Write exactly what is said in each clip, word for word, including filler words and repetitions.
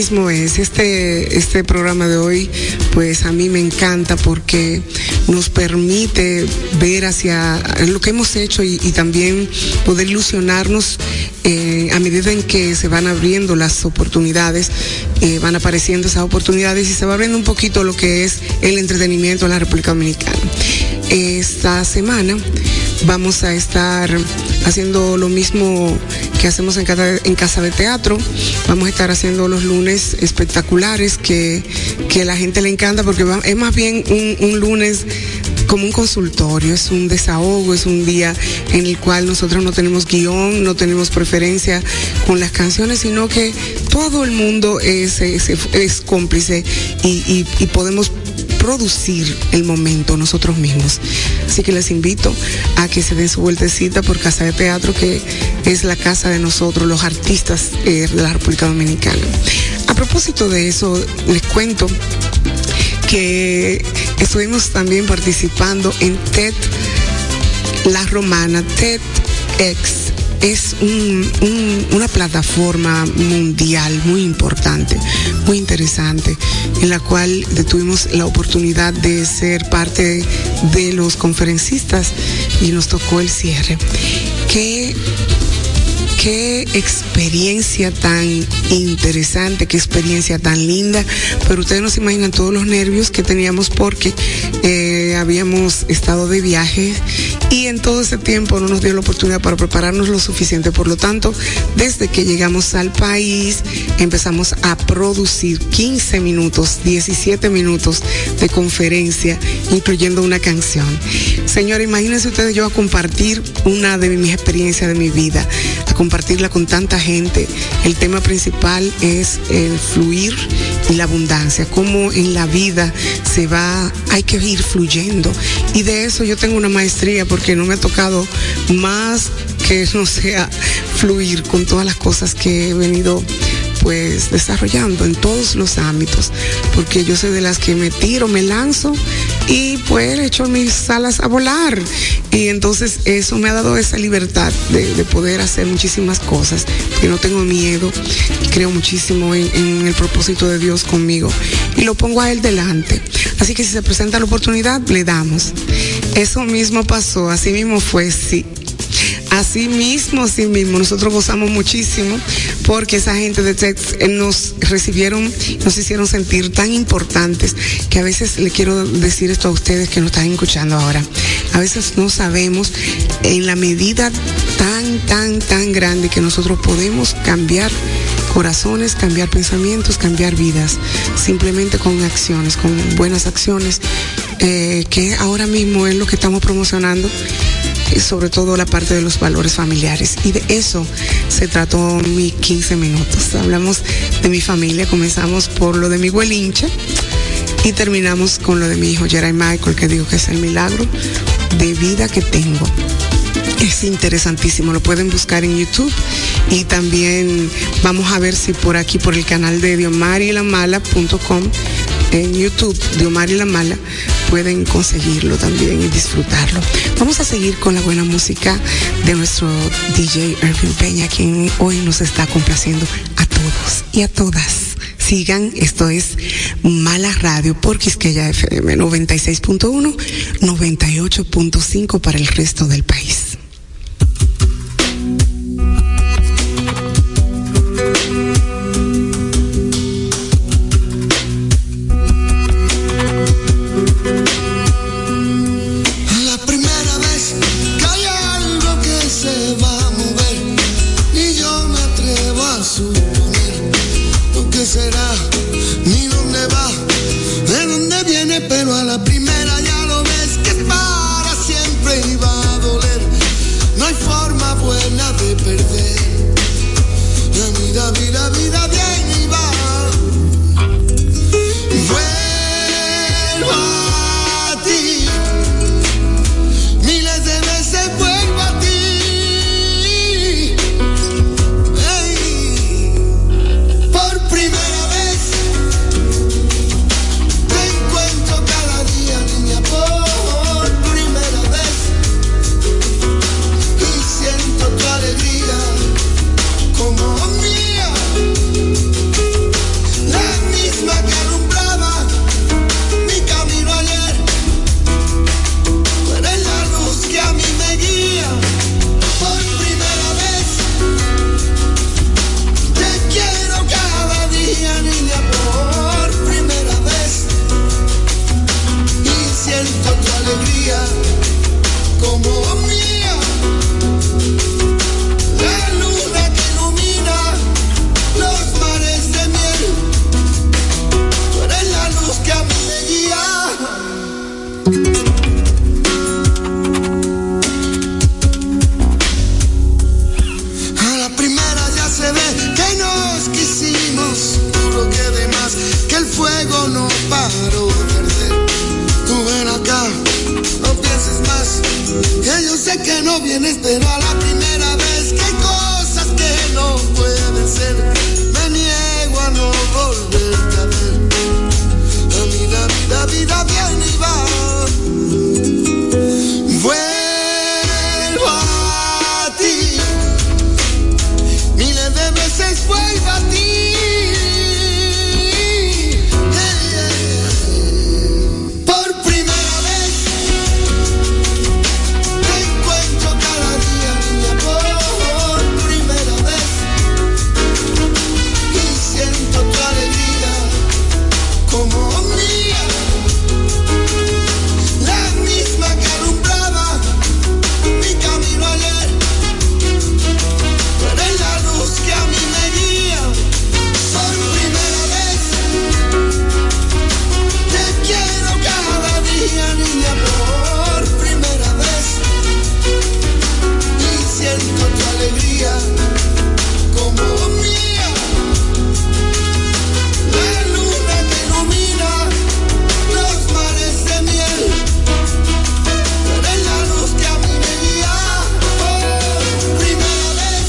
mismo es. Este, este programa de hoy, pues a mí me encanta porque nos permite ver hacia lo que hemos hecho y, y también poder ilusionarnos eh, a medida en que se van abriendo las oportunidades, eh, van apareciendo esas oportunidades y se va abriendo un poquito lo que es el entretenimiento en la República Dominicana. Esta semana vamos a estar haciendo lo mismo que hacemos en Casa, en Casa de Teatro. Vamos a estar haciendo los lunes espectaculares que, que a la gente le encanta porque va, es más bien un, un lunes como un consultorio, es un desahogo, es un día en el cual nosotros no tenemos guión, no tenemos preferencia con las canciones, sino que todo el mundo es, es, es cómplice y, y, y podemos producir el momento nosotros mismos. Así que les invito a que se den su vueltecita por Casa de Teatro, que es la casa de nosotros, los artistas eh, de la República Dominicana. A propósito de eso, les cuento que estuvimos también participando en TED La Romana, TEDx. Es un, un, una plataforma mundial muy importante, muy interesante, en la cual tuvimos la oportunidad de ser parte de los conferencistas y nos tocó el cierre. ¿Qué, qué experiencia tan interesante, qué experiencia tan linda? Pero ustedes no se imaginan todos los nervios que teníamos porque eh, habíamos estado de viaje y en todo ese tiempo no nos dio la oportunidad para prepararnos lo suficiente. Por lo tanto, desde que llegamos al país, empezamos a producir quince minutos, diecisiete minutos de conferencia, incluyendo una canción. Señora, imagínense ustedes yo a compartir una de mis experiencias de mi vida, a compartirla con tanta gente. El tema principal es el fluir y la abundancia, cómo en la vida se va, hay que ir fluyendo. Y de eso yo tengo una maestría, porque no me ha tocado más que no sea fluir con todas las cosas que he venido pues desarrollando en todos los ámbitos, porque yo soy de las que me tiro, me lanzo y pues echo mis alas a volar, y entonces eso me ha dado esa libertad de, de poder hacer muchísimas cosas, que no tengo miedo y creo muchísimo en, en el propósito de Dios conmigo y lo pongo a Él delante. Así que si se presenta la oportunidad, le damos. Eso mismo pasó, así mismo fue, sí. Así mismo, así mismo, nosotros gozamos muchísimo porque esa gente de TEDx nos recibieron, nos hicieron sentir tan importantes que a veces le quiero decir esto a ustedes que nos están escuchando ahora. A veces no sabemos en la medida tan, tan, tan grande que nosotros podemos cambiar corazones, cambiar pensamientos, cambiar vidas, simplemente con acciones, con buenas acciones, eh, que ahora mismo es lo que estamos promocionando. Y sobre todo la parte de los valores familiares, y de eso se trató mis quince minutos. Hablamos de mi familia, comenzamos por lo de mi güelincha y terminamos con lo de mi hijo Jerry Michael, que digo que es el milagro de vida que tengo. Es interesantísimo, lo pueden buscar en YouTube, y también vamos a ver si por aquí, por el canal de diomari la mala punto com, en YouTube, Diomari la Mala, pueden conseguirlo también y disfrutarlo. Vamos a seguir con la buena música de nuestro D J Irving Peña, quien hoy nos está complaciendo a todos y a todas. Sigan, esto es Mala Radio por Quisqueya F M noventa y seis punto uno, noventa y ocho punto cinco para el resto del país. Alegría alegría como mía. La luna que ilumina los mares de miel. Tú eres la luz que a mí me guía. Se ve que nos quisimos, duro que de más, que el fuego no paró de arder. Tú ven acá, no pienses más, que yo sé que no vienes, pero a la primera vez que hay cosas que no pueden ser, me niego a no volverte a ver. A mí la vida, vida viene y va. Vuelvo a ti. Miles de veces vuelvo a ti. Yeah, yeah, yeah. Por primera vez te encuentro cada día, niña, por primera vez. Y siento tu alegría como mía. La misma que alumbraba mi camino ayer. Tú eres la luz que a mí me guía. Por primera vez te quiero cada día, niña, por primera vez. Y siento tu alegría como mía. La luna que ilumina los mares de miel. Tú eres la luz que a mí me guía. Por primera vez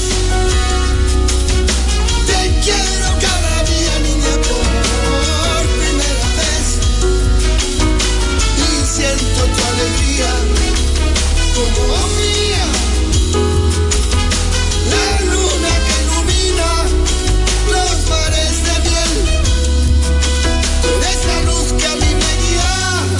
te quiero cada día, niña, por primera vez. Y siento tu alegría como mía. La luna que ilumina los mares de miel. Tú eres la luz que a mí me guía.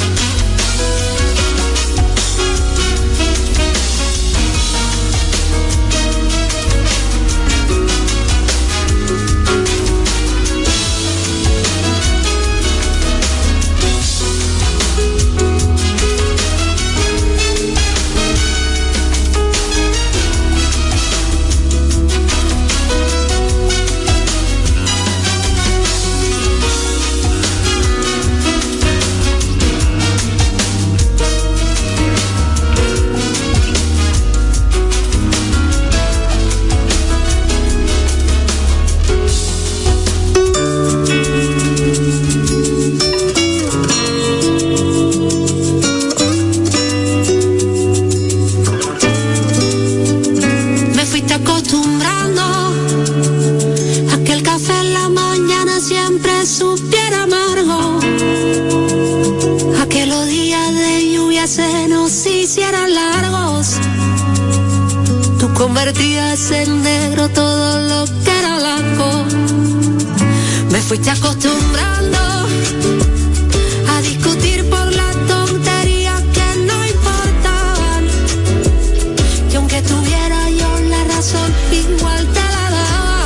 Me fuiste acostumbrando a que el café en la mañana siempre supiera amargo, a que los días de lluvia se nos hicieran largos. Tú convertías en negro todo lo que era blanco. Me fuiste acostumbrando a discutir por las tonterías que no importaban, que aunque tuviera yo la razón igual te la daba,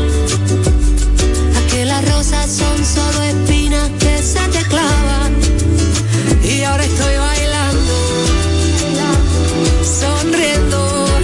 a que las rosas son solo espinas que se te clavan. Y ahora estoy bailando, sonriendo,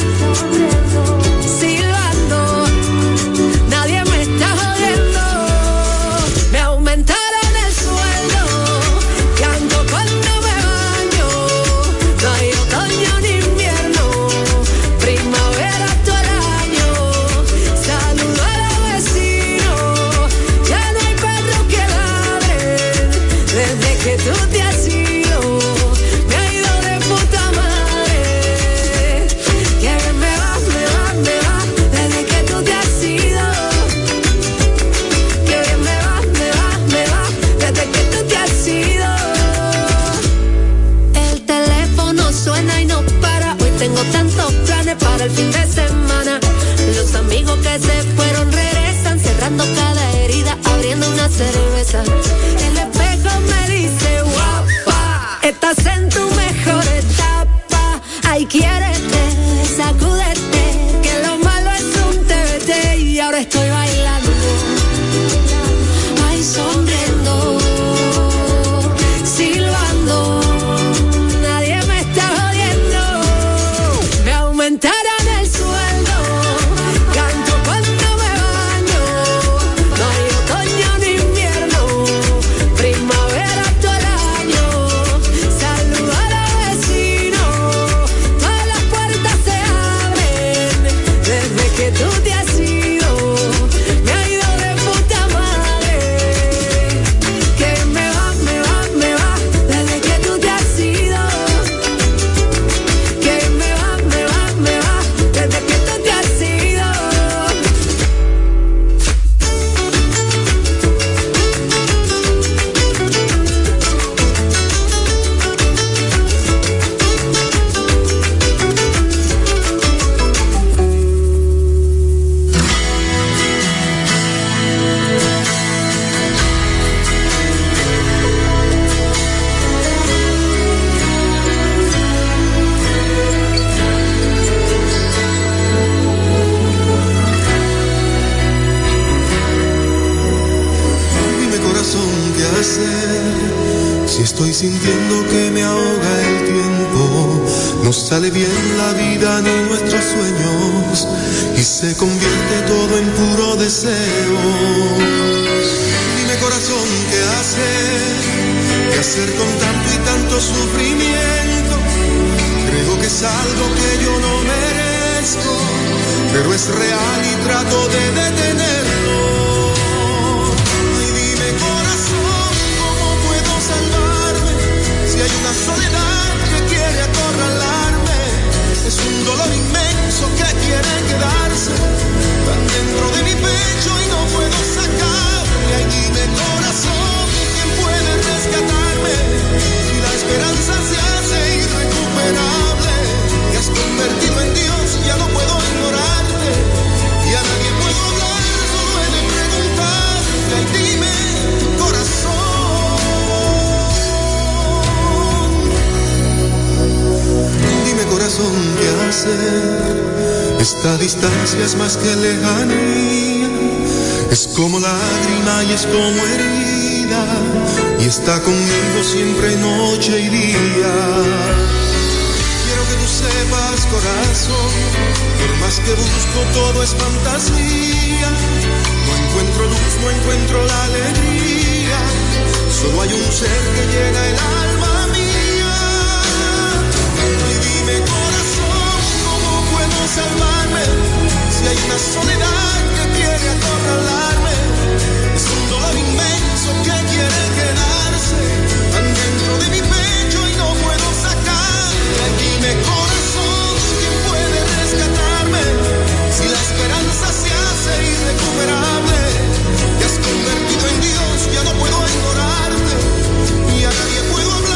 silbando, nadie me está jodiendo. Me aumentaron el sueldo, canto cuando me baño. No hay otoño ni invierno, primavera todo el año. Saludo a los vecinos, ya no hay perros que ladren. Desde que tú te has ido, me ha ido de puta madre. Que bien me va, me va, me va, desde que tú te has ido. Que bien me va, me va, me va, desde que tú te has ido. El teléfono suena y no para. Hoy tengo tantos planes para el fin de semana. Los amigos que se fueron regresan, cerrando cada herida, abriendo una cerveza. El espejo me dice, guapa, estás en tu mejor etapa. Ay, quiérete, sacúdete, que lo malo es un T V T. Y ahora estoy bailando, ay, sonriendo, silbando, nadie sintiendo que me ahoga el tiempo. No sale bien la vida ni nuestros sueños y se convierte todo en puro deseo. Dime corazón, ¿qué hacer? ¿Qué hacer con tanto y tanto sufrimiento? Creo que es algo que yo no merezco, pero es real y trato de detenerlo. Ay, dime corazón, ¿cómo puedo salvarme? Si hay una soledad que quiere acorralarme, es un dolor inmenso que quiere quedarse tan dentro de mi pecho y no puedo sacarme. Ay, dime corazón, ¿quién puede rescatarme? Si la esperanza se hace irrecuperable, te has convertido en Dios, ya no puedo ignorarte, y a nadie puedo hablar, solo he de preguntarte. Ay, dime corazón, dime corazón, ¿qué hacer? Esta distancia es más que lejanía, es como lágrima y es como herida, y está conmigo siempre noche y día. Quiero que tú sepas, corazón, por más que busco todo es fantasía. No encuentro luz, no encuentro la alegría, solo hay un ser que llena el alma mía. Y dime corazón, ¿cómo puedo salvarme? Si hay una soledad que quiere acorralarme, es un dolor inmenso que quiere quedarse tan dentro de mi pecho y no puedo sacarme. Dime corazón, ¿quién puede rescatarme? Si la esperanza se hace irrecuperable, te has convertido en Dios, ya no puedo ignorarte, y a nadie puedo hablar.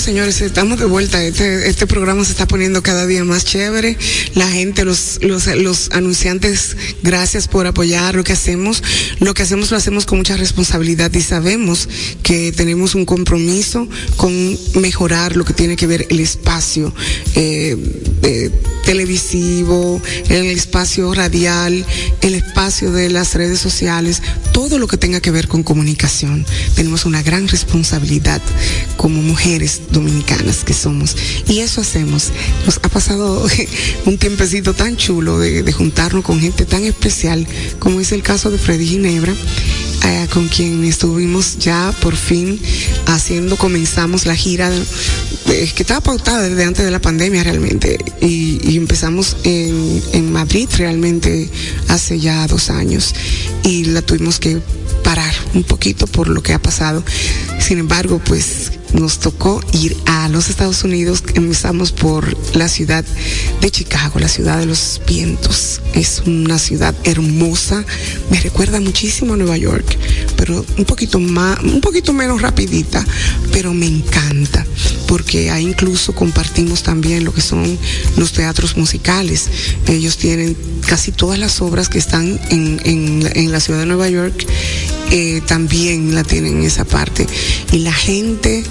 señores, estamos de vuelta. Este, este programa se está poniendo cada día más chévere. La gente, los, los, los anunciantes, gracias por apoyar lo que hacemos. Lo que hacemos lo hacemos con mucha responsabilidad y sabemos que tenemos un compromiso con mejorar lo que tiene que ver el espacio eh, eh, televisivo, el espacio radial, el espacio de las redes sociales, todo lo que tenga que ver con comunicación. Tenemos una gran responsabilidad como mujeres dominicanas que somos, y eso hacemos. Nos ha pasado un tiempecito tan chulo de, de juntarnos con gente tan especial como es el caso de Freddy Ginebra, eh, con quien estuvimos ya por fin haciendo, comenzamos la gira eh, que estaba pautada desde antes de la pandemia realmente, y, y empezamos en, en Madrid realmente hace ya dos años y la tuvimos que parar un poquito por lo que ha pasado. Sin embargo, pues nos tocó ir a los Estados Unidos. Empezamos por la ciudad de Chicago, la ciudad de los vientos. Es una ciudad hermosa, me recuerda muchísimo a Nueva York, pero un poquito más, un poquito menos rapidita, pero me encanta, porque ahí incluso compartimos también lo que son los teatros musicales. Ellos tienen casi todas las obras que están en, en, en la ciudad de Nueva York, eh, también la tienen en esa parte. Y la gente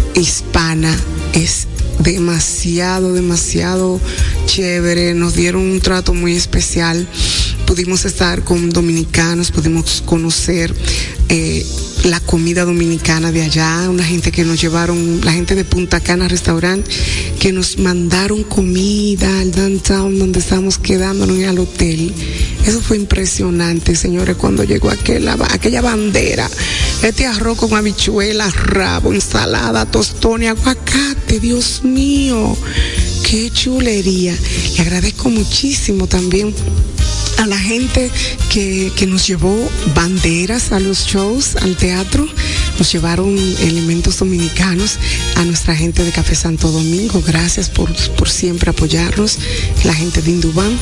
hispana es demasiado, demasiado chévere. Nos dieron un trato muy especial. Pudimos estar con dominicanos, pudimos conocer eh, la comida dominicana de allá, una gente que nos llevaron, la gente de Punta Cana Restaurant, que nos mandaron comida al downtown donde estábamos quedándonos en el hotel. Eso fue impresionante, señores, cuando llegó aquella, aquella bandera, este arroz con habichuelas, rabo, ensalada, tostón y aguacate. Dios mío, qué chulería. Le agradezco muchísimo también a la gente que, que nos llevó banderas a los shows, al teatro. Nos llevaron elementos dominicanos, a nuestra gente de Café Santo Domingo. Gracias por, por siempre apoyarnos, la gente de Indubán.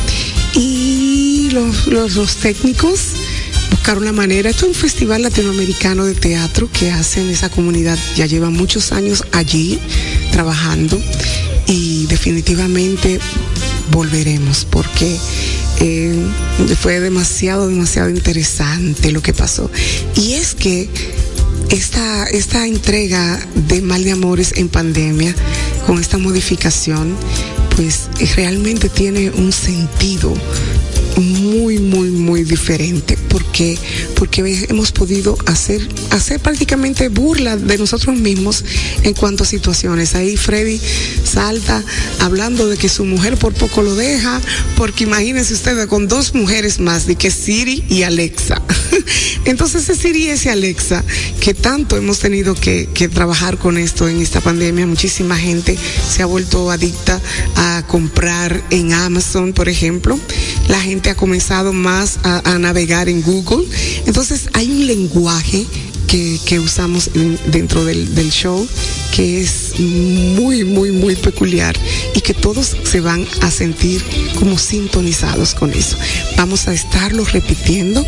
Y los, los, los técnicos buscaron la manera. Esto es un festival latinoamericano de teatro que hacen esa comunidad. Ya lleva muchos años allí trabajando y definitivamente volveremos porque eh, fue demasiado, demasiado interesante lo que pasó. Y es que esta, esta entrega de Mal de Amores en pandemia, con esta modificación, pues realmente tiene un sentido muy, muy, muy diferente, porque porque hemos podido hacer hacer prácticamente burla de nosotros mismos en cuanto a situaciones. Ahí Freddy salta hablando de que su mujer por poco lo deja, porque imagínense ustedes con dos mujeres más, de que Siri y Alexa. Entonces ese Siri y ese Alexa, que tanto hemos tenido que, que trabajar con esto en esta pandemia, muchísima gente se ha vuelto adicta a comprar en Amazon, por ejemplo. La gente ha comenzado más a, a navegar en Google. Entonces hay un lenguaje que, que usamos en, dentro del, del show que es muy, muy, muy peculiar y que todos se van a sentir como sintonizados con eso. Vamos a estarlo repitiendo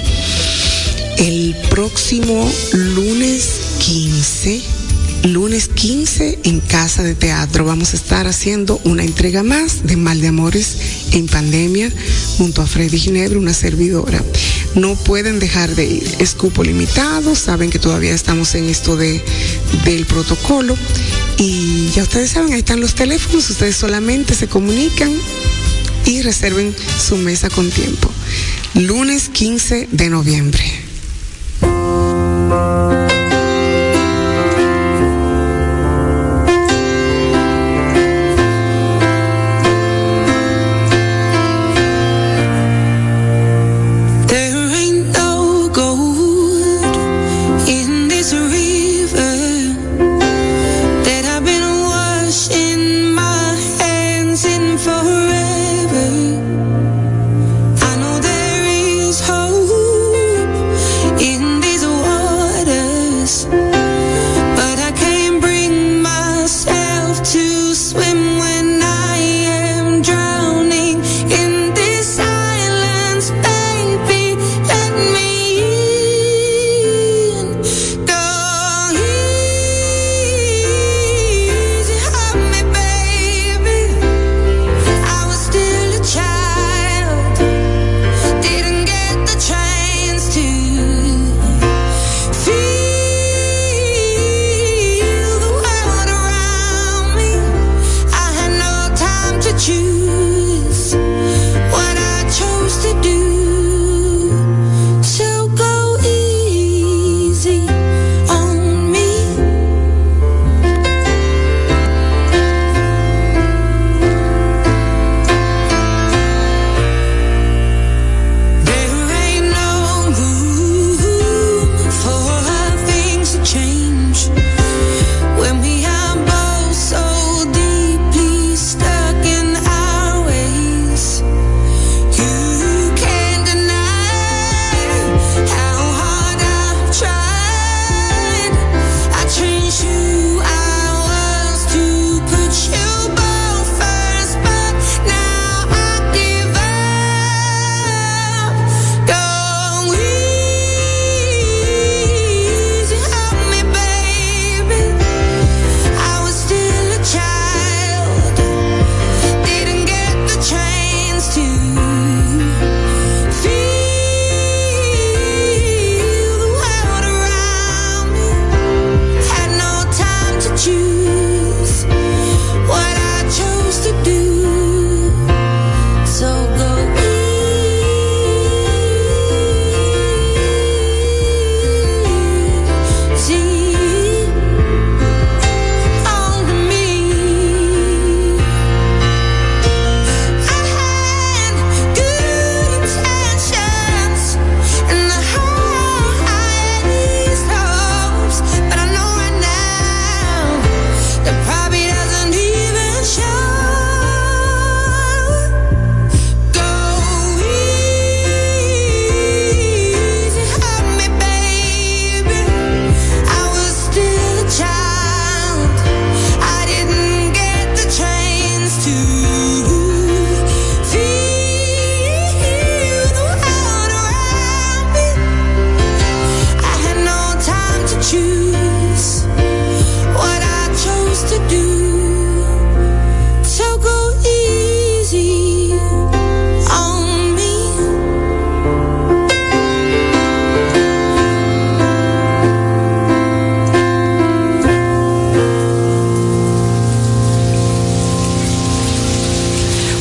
el próximo lunes quince. Lunes quince en Casa de Teatro vamos a estar haciendo una entrega más de Mal de Amores en pandemia junto a Freddy Ginebra, una servidora. No pueden dejar de ir, es cupo limitado, saben que todavía estamos en esto de del protocolo y ya ustedes saben, ahí están los teléfonos, ustedes solamente se comunican y reserven su mesa con tiempo. Lunes quince de noviembre. I know there is hope in these waters.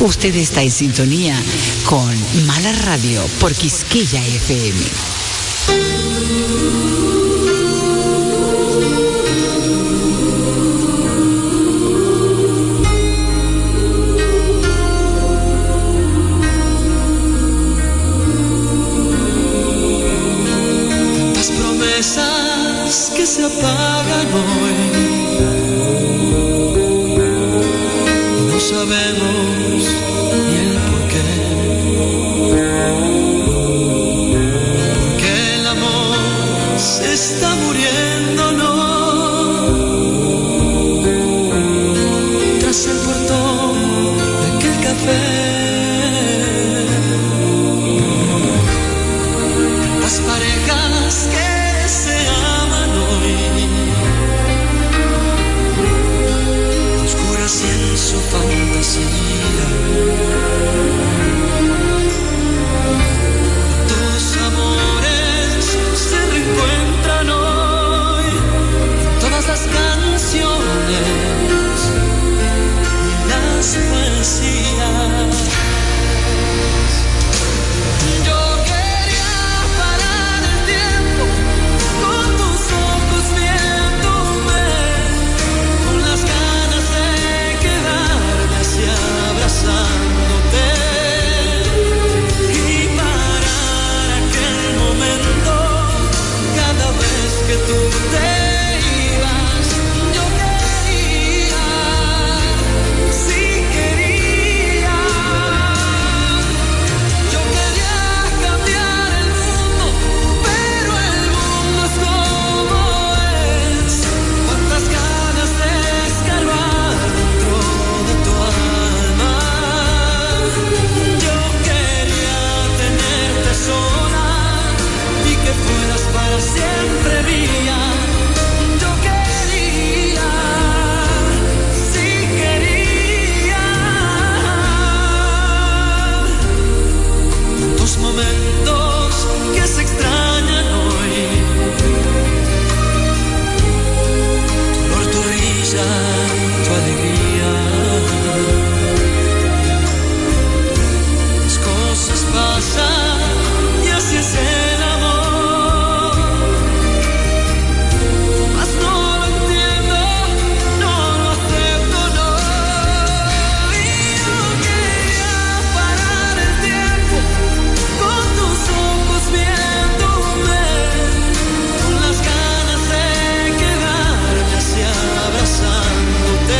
Usted está en sintonía con Mala Radio por Quisqueya F M. Tantas promesas que se apagan hoy. No sabemos ni el por qué. Que el amor se está muriendo, no. Tras el portón de aquel café. Tantas parejas que se aman hoy. Oscuras y en su fantasía. Dos amores se reencuentran hoy en todas las canciones y las poesías. Yo quería parar el tiempo con tus ojos viéndome, con las ganas de quedarme así abrazándote y parar aquel momento cada vez que tú te ibas. Yo quería, sí quería, yo quería cambiar el mundo, pero el mundo es como es. Cuántas ganas de escarbar dentro de tu alma. Yo quería tenerte sola y que fueras para siempre mía. Yo quería, sí quería. Tantos momentos que se extrañan hoy. Tu olor, tu risa, tu alegría. Las cosas pasan y así es el amor. Mas no lo entiendo, no lo acepto, no. Y yo quería parar el tiempo con tus ojos viéndome, con las ganas de quedarme así abrazándote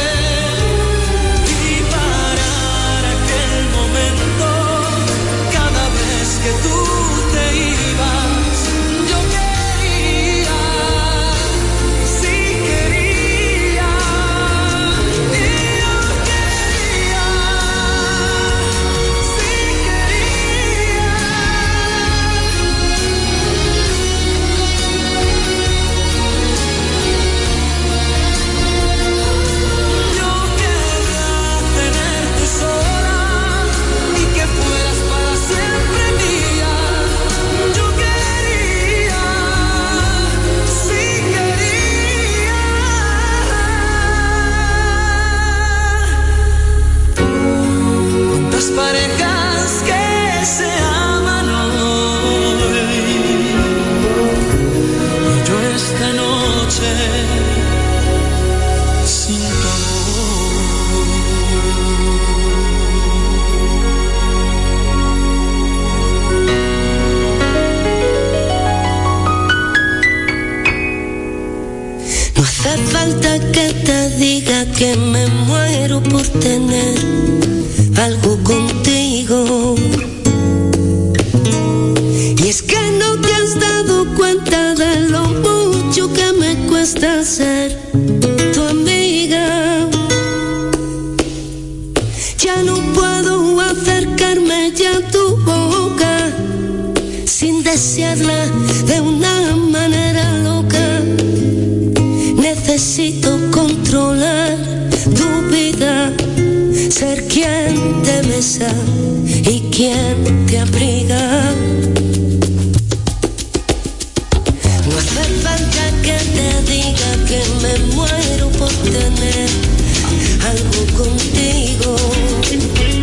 y parar aquel momento cada vez que tú te ibas. Yo quería, sí quería, y yo quería, sí quería. Yo quería tenerte sola y que fueras para siempre mía. Yo quería, sí quería. Cuántas parejas que se aman hoy. Y yo esta noche sin tu No hace falta que te diga que me muero por tener algo contigo. Y es que no te has dado cuenta de lo mucho que me cuesta ser tu amiga. Ya no puedo acercarme ya a tu boca sin desearla de una manera loca. Necesito controlar tu vida, ser quien te besa y quien te abriga. No hace falta que te diga que me muero por tener algo contigo.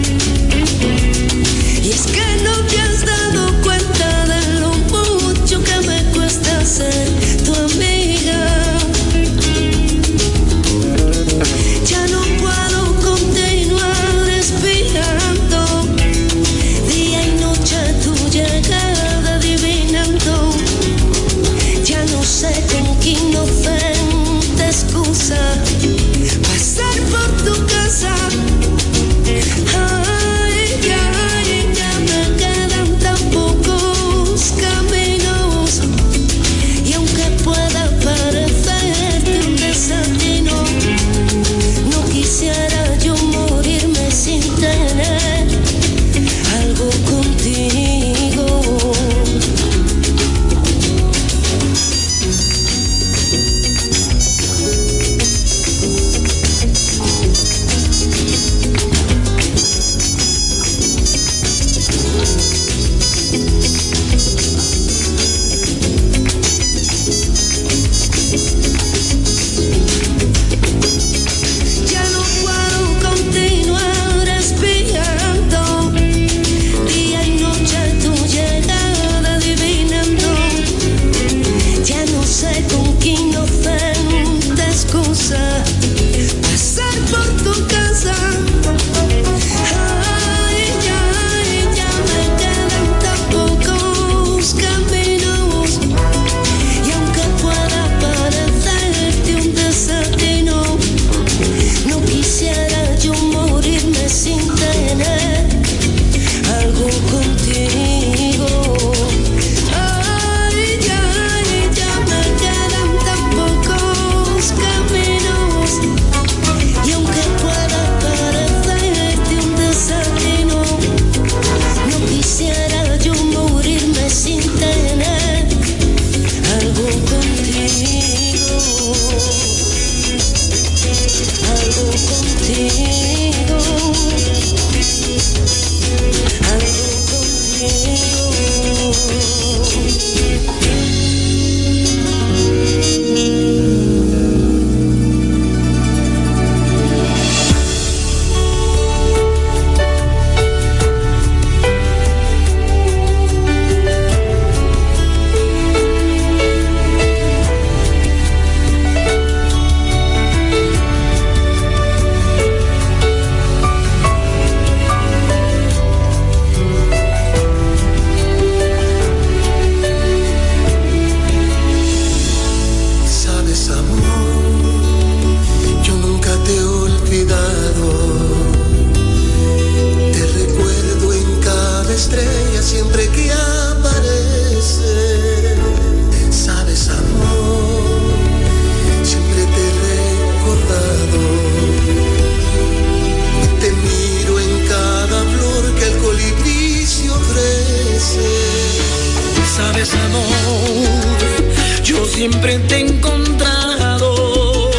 Sabes, amor, yo siempre te he encontrado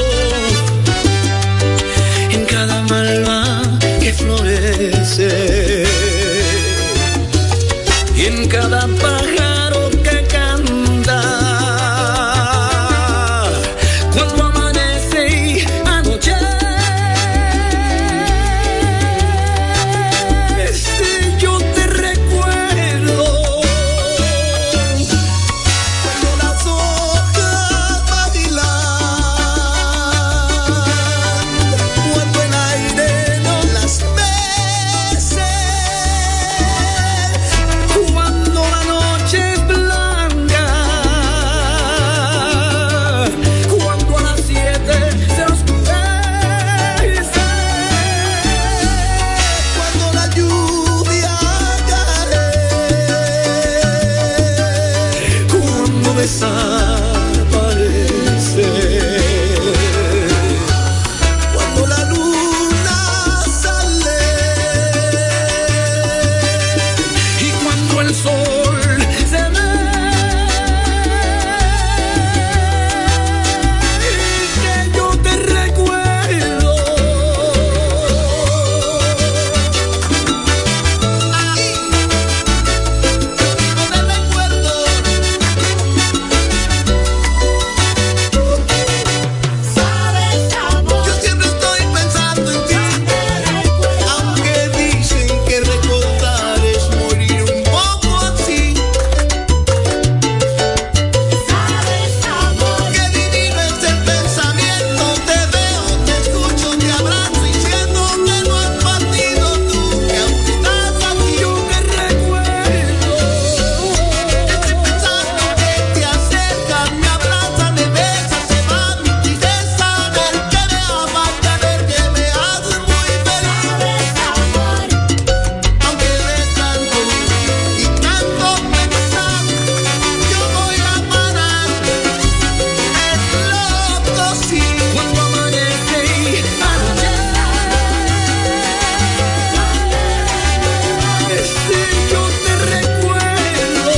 en cada malva que florece y en cada pájaro que canta. Cuando amanece y anochece, yo te recuerdo. Cuando las hojas bailan, cuando el aire no las mece, cuando la noche es blanca, cuando a las siete se oscurece, cuando la lluvia cae, cuando desaparece, cuando la luna sale y cuando el sol se ve, que yo te recuerdo. Ahí, con el recuerdo. Sabes, amor, yo siempre estoy pensando en ti, aunque dicen que recordar es morir un poco así. Sabes, amor, que divino es el pensamiento. Te veo, te escucho, te abrazo y siento que no has partido tú, que aún estás aquí. Yo te recuerdo. Estoy pensando que te acercas, me abrazas, me besas, se va mi tristeza, ver que me amas, ver que me haces muy feliz. Aunque de tanto y tanto pensar, yo voy a parar. Es loco, sí. Cuando amanece y anochece, sí, yo te recuerdo.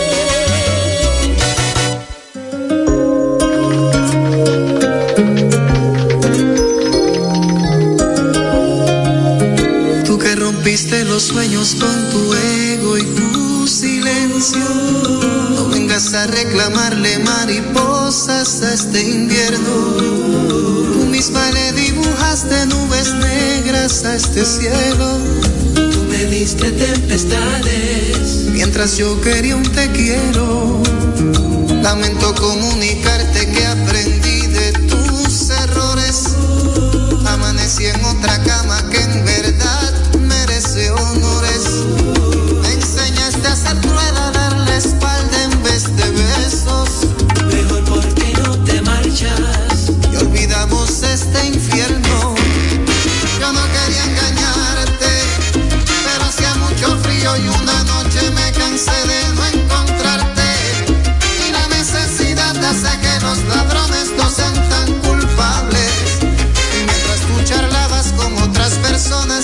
Tú que rompiste los sueños con tu ego y tu silencio, no vengas a reclamarle mariposas a este invierno. Tú misma le dibujaste nubes negras a este cielo. Tú me diste tempestades mientras yo quería un te quiero. Lamento comunicarte que aprendí de tus errores. Amanecí en otra cama que en verdad merece honores. Me enseñaste a ser cruel, a dar la espalda en vez de besos. Mejor porque no te marchas y olvidamos este infierno. Yo no quería engañarte, pero hacía mucho frío y una noche me cansé de no encontrarte. Y la necesidad hace que los ladrones no sean tan culpables. Y mientras tú charlabas con otras personas,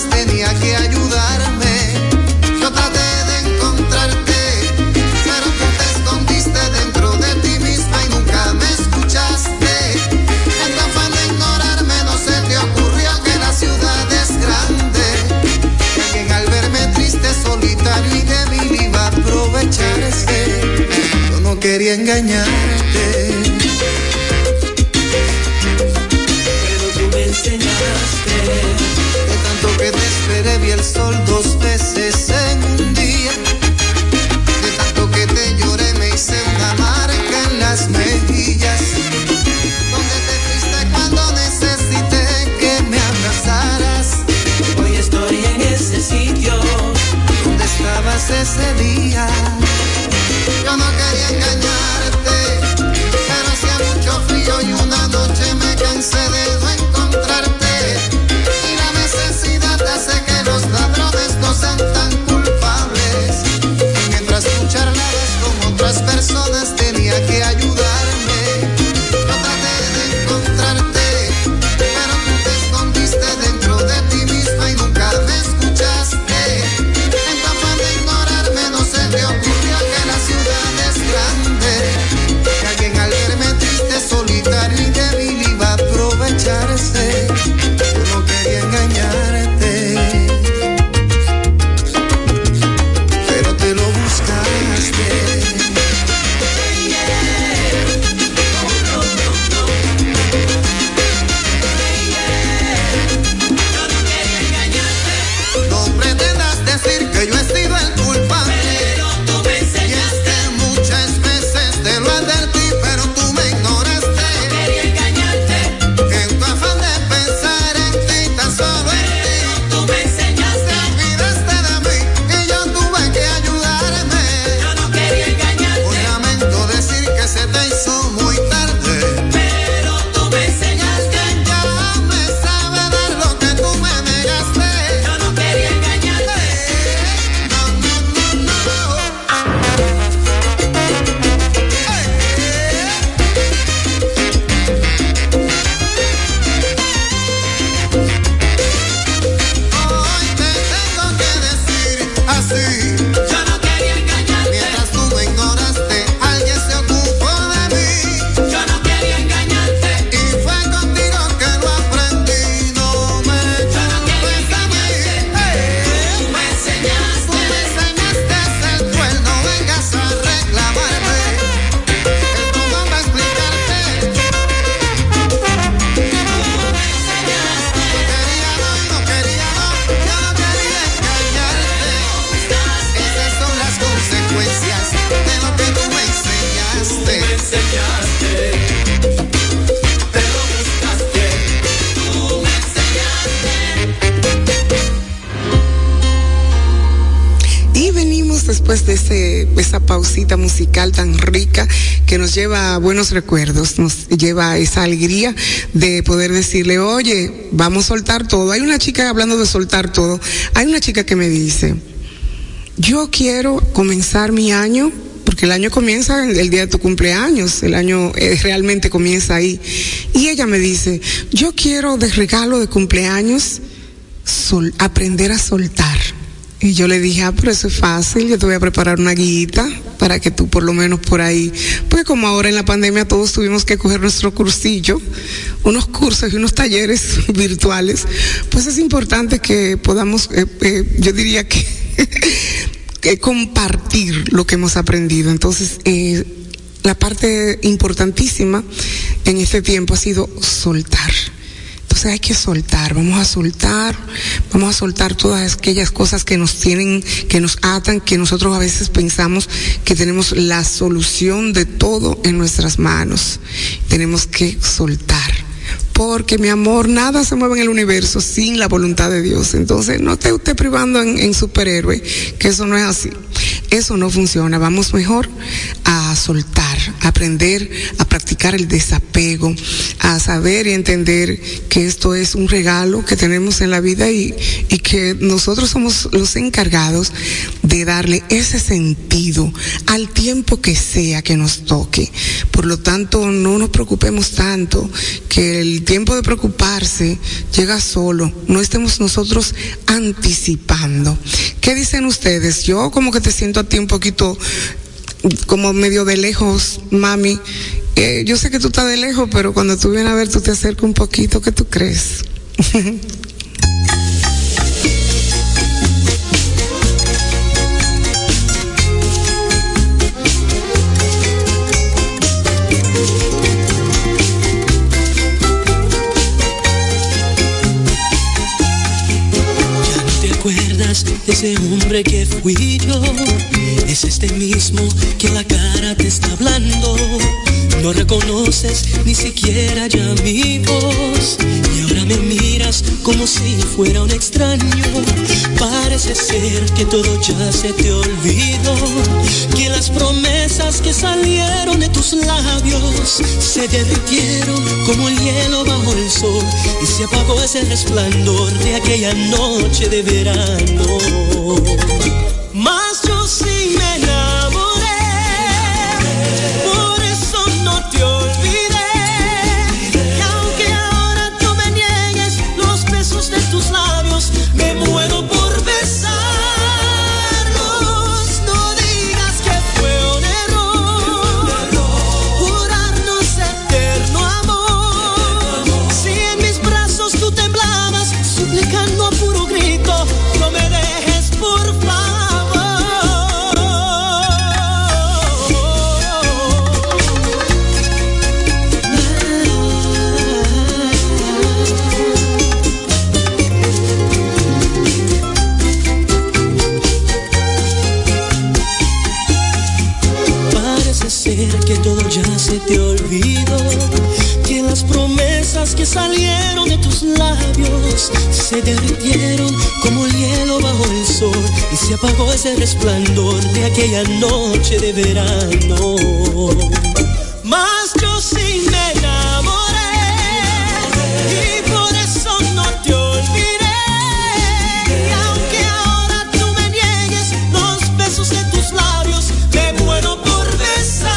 después de ese, esa pausita musical tan rica que nos lleva a buenos recuerdos, nos lleva a esa alegría de poder decirle, oye, vamos a soltar todo. Hay una chica, hablando de soltar todo, hay una chica que me dice, yo quiero comenzar mi año, porque el año comienza el, el día de tu cumpleaños, el año eh, realmente comienza ahí. Y ella me dice, yo quiero de regalo de cumpleaños sol, aprender a soltar. Y yo le dije, ah, pero eso es fácil, yo te voy a preparar una guita para que tú por lo menos por ahí, pues como ahora en la pandemia todos tuvimos que coger nuestro cursillo, unos cursos y unos talleres virtuales, pues es importante que podamos, eh, eh, yo diría que, que compartir lo que hemos aprendido. Entonces, eh, la parte importantísima en este tiempo ha sido soltar. Entonces hay que soltar, vamos a soltar, vamos a soltar todas aquellas cosas que nos tienen, que nos atan, que nosotros a veces pensamos que tenemos la solución de todo en nuestras manos. Tenemos que soltar. Porque, mi amor, nada se mueve en el universo sin la voluntad de Dios. Entonces, no te esté privando en, en superhéroe, que eso no es así. Eso no funciona. Vamos mejor a soltar, a aprender a practicar el desapego, a saber y entender que esto es un regalo que tenemos en la vida y, y que nosotros somos los encargados de darle ese sentido al tiempo que sea que nos toque. Por lo tanto, no nos preocupemos tanto, que el tiempo de preocuparse llega solo, no estemos nosotros anticipando. ¿Qué dicen ustedes? Yo como que te siento a ti un poquito como medio de lejos, mami. Eh, yo sé que tú estás de lejos, pero cuando tú vienes a ver, tú te acercas un poquito. ¿Qué tú crees? Ese hombre que fui yo es este mismo que la cara te está hablando. No reconoces ni siquiera ya mi voz y ahora me miras como si fuera un extraño. Parece ser que todo ya se te olvidó, que las promesas que salieron de tus labios se derritieron como el hielo bajo el sol y se apagó ese resplandor de aquella noche de verano. Mas yo sí me enamoré, por eso no te olvidé. Y aunque ahora tú me niegues los besos de tus labios, me muero por besarlos. No digas que fue un error jurarnos eterno amor. Si en mis brazos tú temblabas, suplicando a puro grito, no me dejes por favor. Parece ser que todo ya se te olvidó, que las promesas que salieron de tus labios se derritieron como el hielo bajo el sol y se apagó ese resplandor de aquella noche de verano. Mas yo sí me enamoré y por eso no te olvidé. Y aunque ahora tú me niegues los besos de tus labios, me muero por besarlos.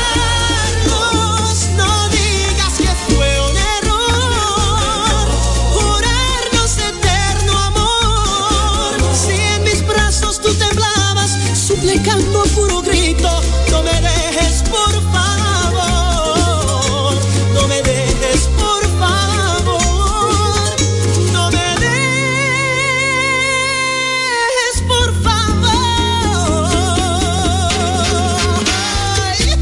No digas que fue un error jurarnos eterno amor. Si en mis brazos tú temblabas, suplicando a puro grito, no me dejes por favor. No me dejes por favor. No me dejes por favor. Ay.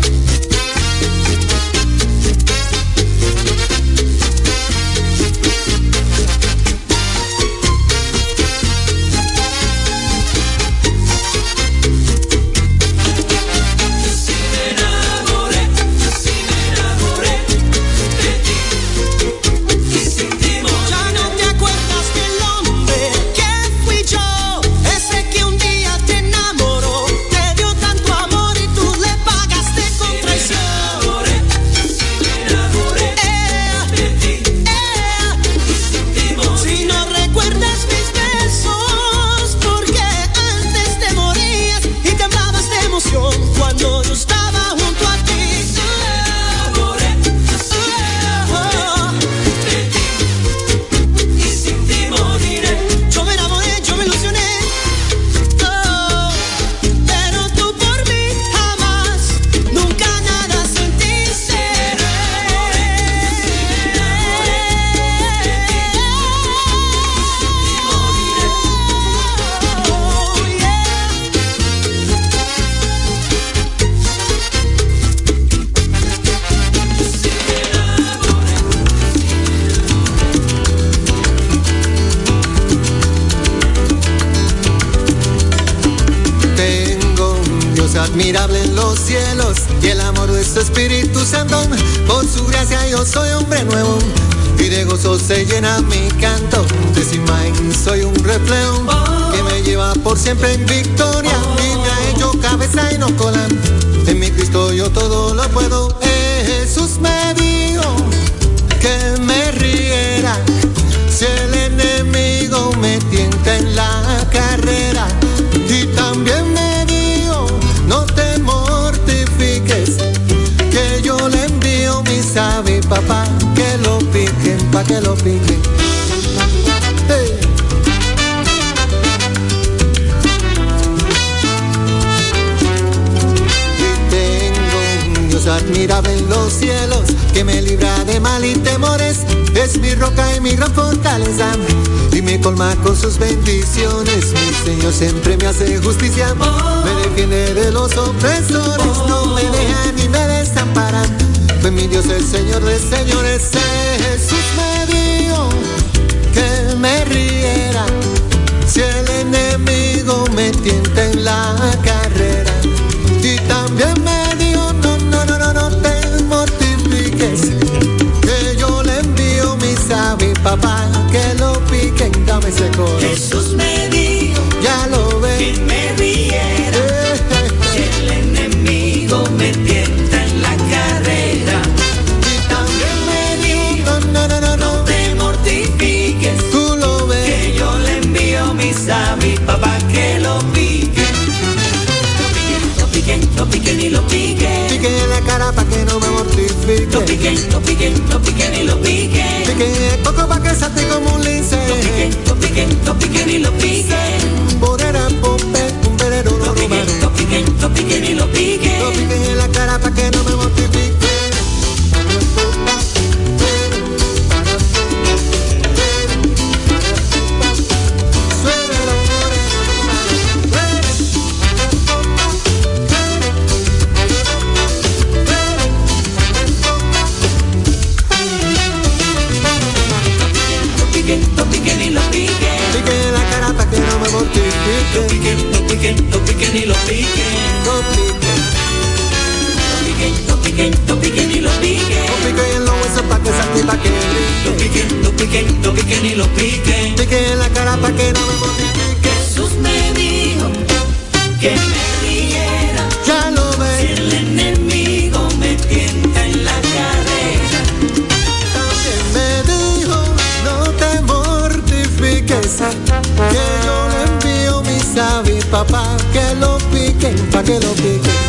admirable en los cielos y el amor de su Espíritu Santo. Por su gracia yo soy hombre nuevo y de gozo se llena mi canto. De su imagen soy un reflejo que me lleva por siempre en victoria y me ha hecho cabeza y no cola. En mi Cristo yo todo lo puedo. Jesús me dijo que me riera si el enemigo me tienta en la carrera, y también me dijo no te mortifiques, que yo le envío mi sabi papá, que lo piquen, pa' que lo piquen. Hey. Y tengo un Dios admirable en los cielos, que me libra de mal y temores, es mi roca y mi gran fortaleza, y me colma con sus bendiciones. Mi Señor siempre me hace justicia, me defiende de los opresores, no me deja ni me desampara, pues mi Dios es Señor de señores. Jesús me dijo que me riera si el enemigo me tienta en la carrera, y también me dijo no, no, no, no, no te mortifiques, que yo le envío mi sabi papá, que lo piquen, dame ese coro. Jesús me dijo, ya lo ves, que me riera eh, eh, si el enemigo me tienta en la carrera, y también me dijo no, no, no, no, no te mortifiques, tú lo ves, que yo le envío mi sabi papá, que lo piquen, lo piquen, lo piquen y lo piquen, piquen en la cara pa' que no me mortifique, lo piquen, lo piquen, lo piquen y lo piquen, piquen el coco pa' que salte como un lince, lo piquen, lo piquen, lo piquen y lo piquen, porera, pompe, un verero, lo piquen, lo piquen, lo piquen y lo piquen, lo piquen en la cara pa' que no me mortifique. lo piquen y lo piquen, piquen en la cara pa' que no me mortifique, lo piquen, lo piquen, lo piquen y lo piquen, lo piquen, lo piquen, lo piquen, lo piquen y lo piquen, lo piquen en los huesos pa' que salte pa' que lo piquen, lo piquen, lo piquen y lo piquen, piquen en la cara pa' que no me mortifique. Jesús me dijo que me riera, ya lo ves, si el enemigo me tienta en la carrera, también me dijo no te mortifiques, que yo le envío mi sabi papá, que lo piquen, pa' que lo piquen.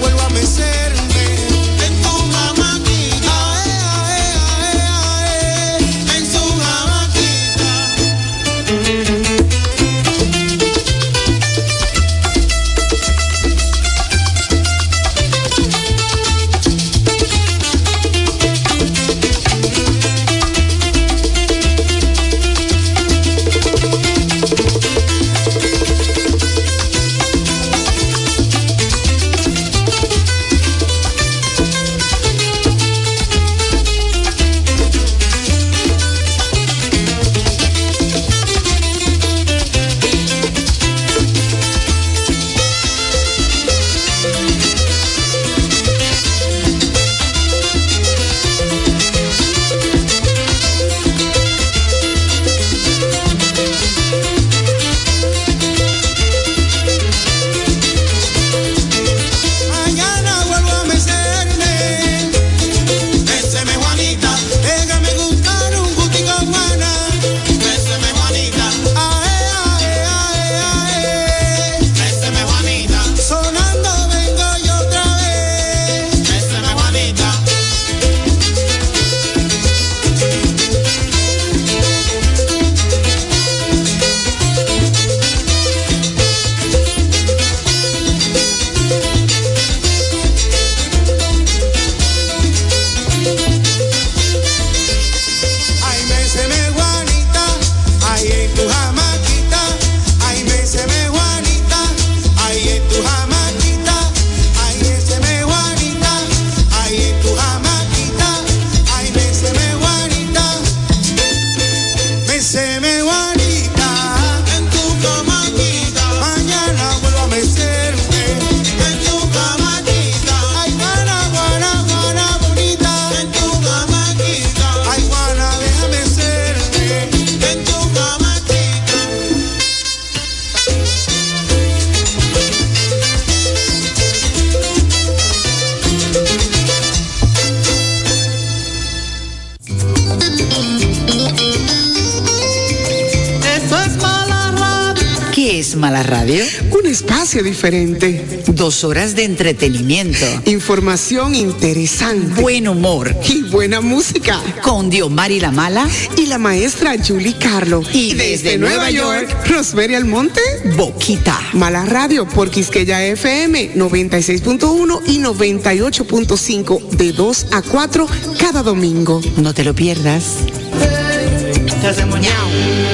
Ae, ae, ae, ae. Mala Radio? Un espacio diferente. Dos horas de entretenimiento. Información interesante. Buen humor. Y buena música. Con Diomari La Mala. Y la maestra Julie Carlo. Y desde, desde Nueva York, York, Rosemary Almonte. Boquita. Mala Radio por Quisqueya F M noventa y seis punto uno y noventa y ocho punto cinco de dos a cuatro cada domingo. No te lo pierdas. Te hacemos ñao.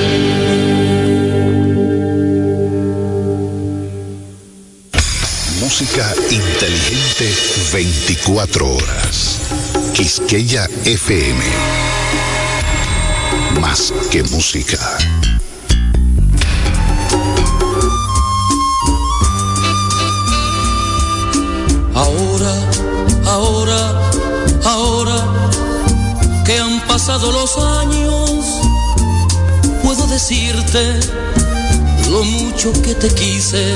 Música inteligente veinticuatro horas. Quisqueya F M. Más que música. Ahora, ahora, ahora que han pasado los años, puedo decirte lo mucho que te quise.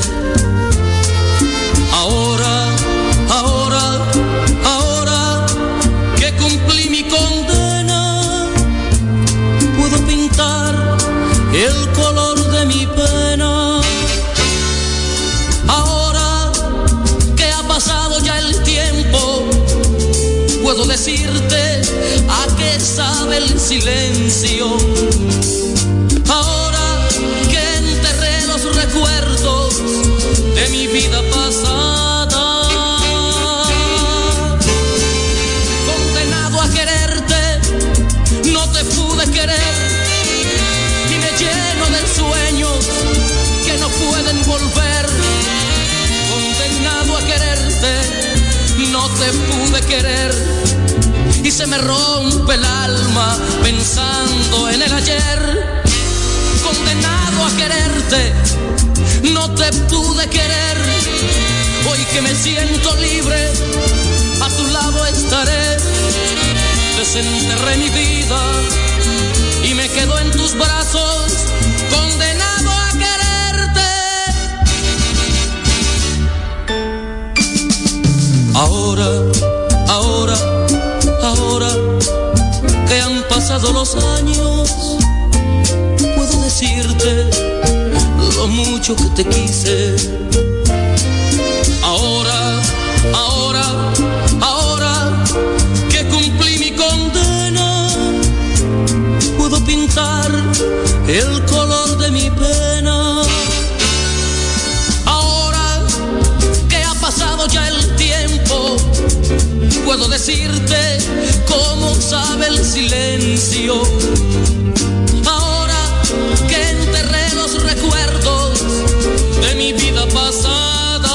Ahora, ahora, ahora que cumplí mi condena, puedo pintar el color de mi pena. Ahora que ha pasado ya el tiempo, puedo decirte a qué sabe el silencio. Ahora que enterré los recuerdos de mi vida pasada, condenado a quererte, no te pude querer y me lleno de sueños que no pueden volver. Condenado a quererte, no te pude querer y se me rompe el alma pensando en el ayer. Condenado a quererte, no te pude querer. Hoy que me siento libre, a tu lado estaré. Desenterré mi vida y me quedo en tus brazos, condenado a quererte. Ahora, ahora, ahora que han pasado los años, puedo decirte lo mucho que te quise. Ahora, ahora, ahora que cumplí mi condena, puedo pintar el color de mi pena. Ahora que ha pasado ya el tiempo, puedo decirte cómo sabe el silencio. Ahora que enterré los recuerdos de mi vida pasada,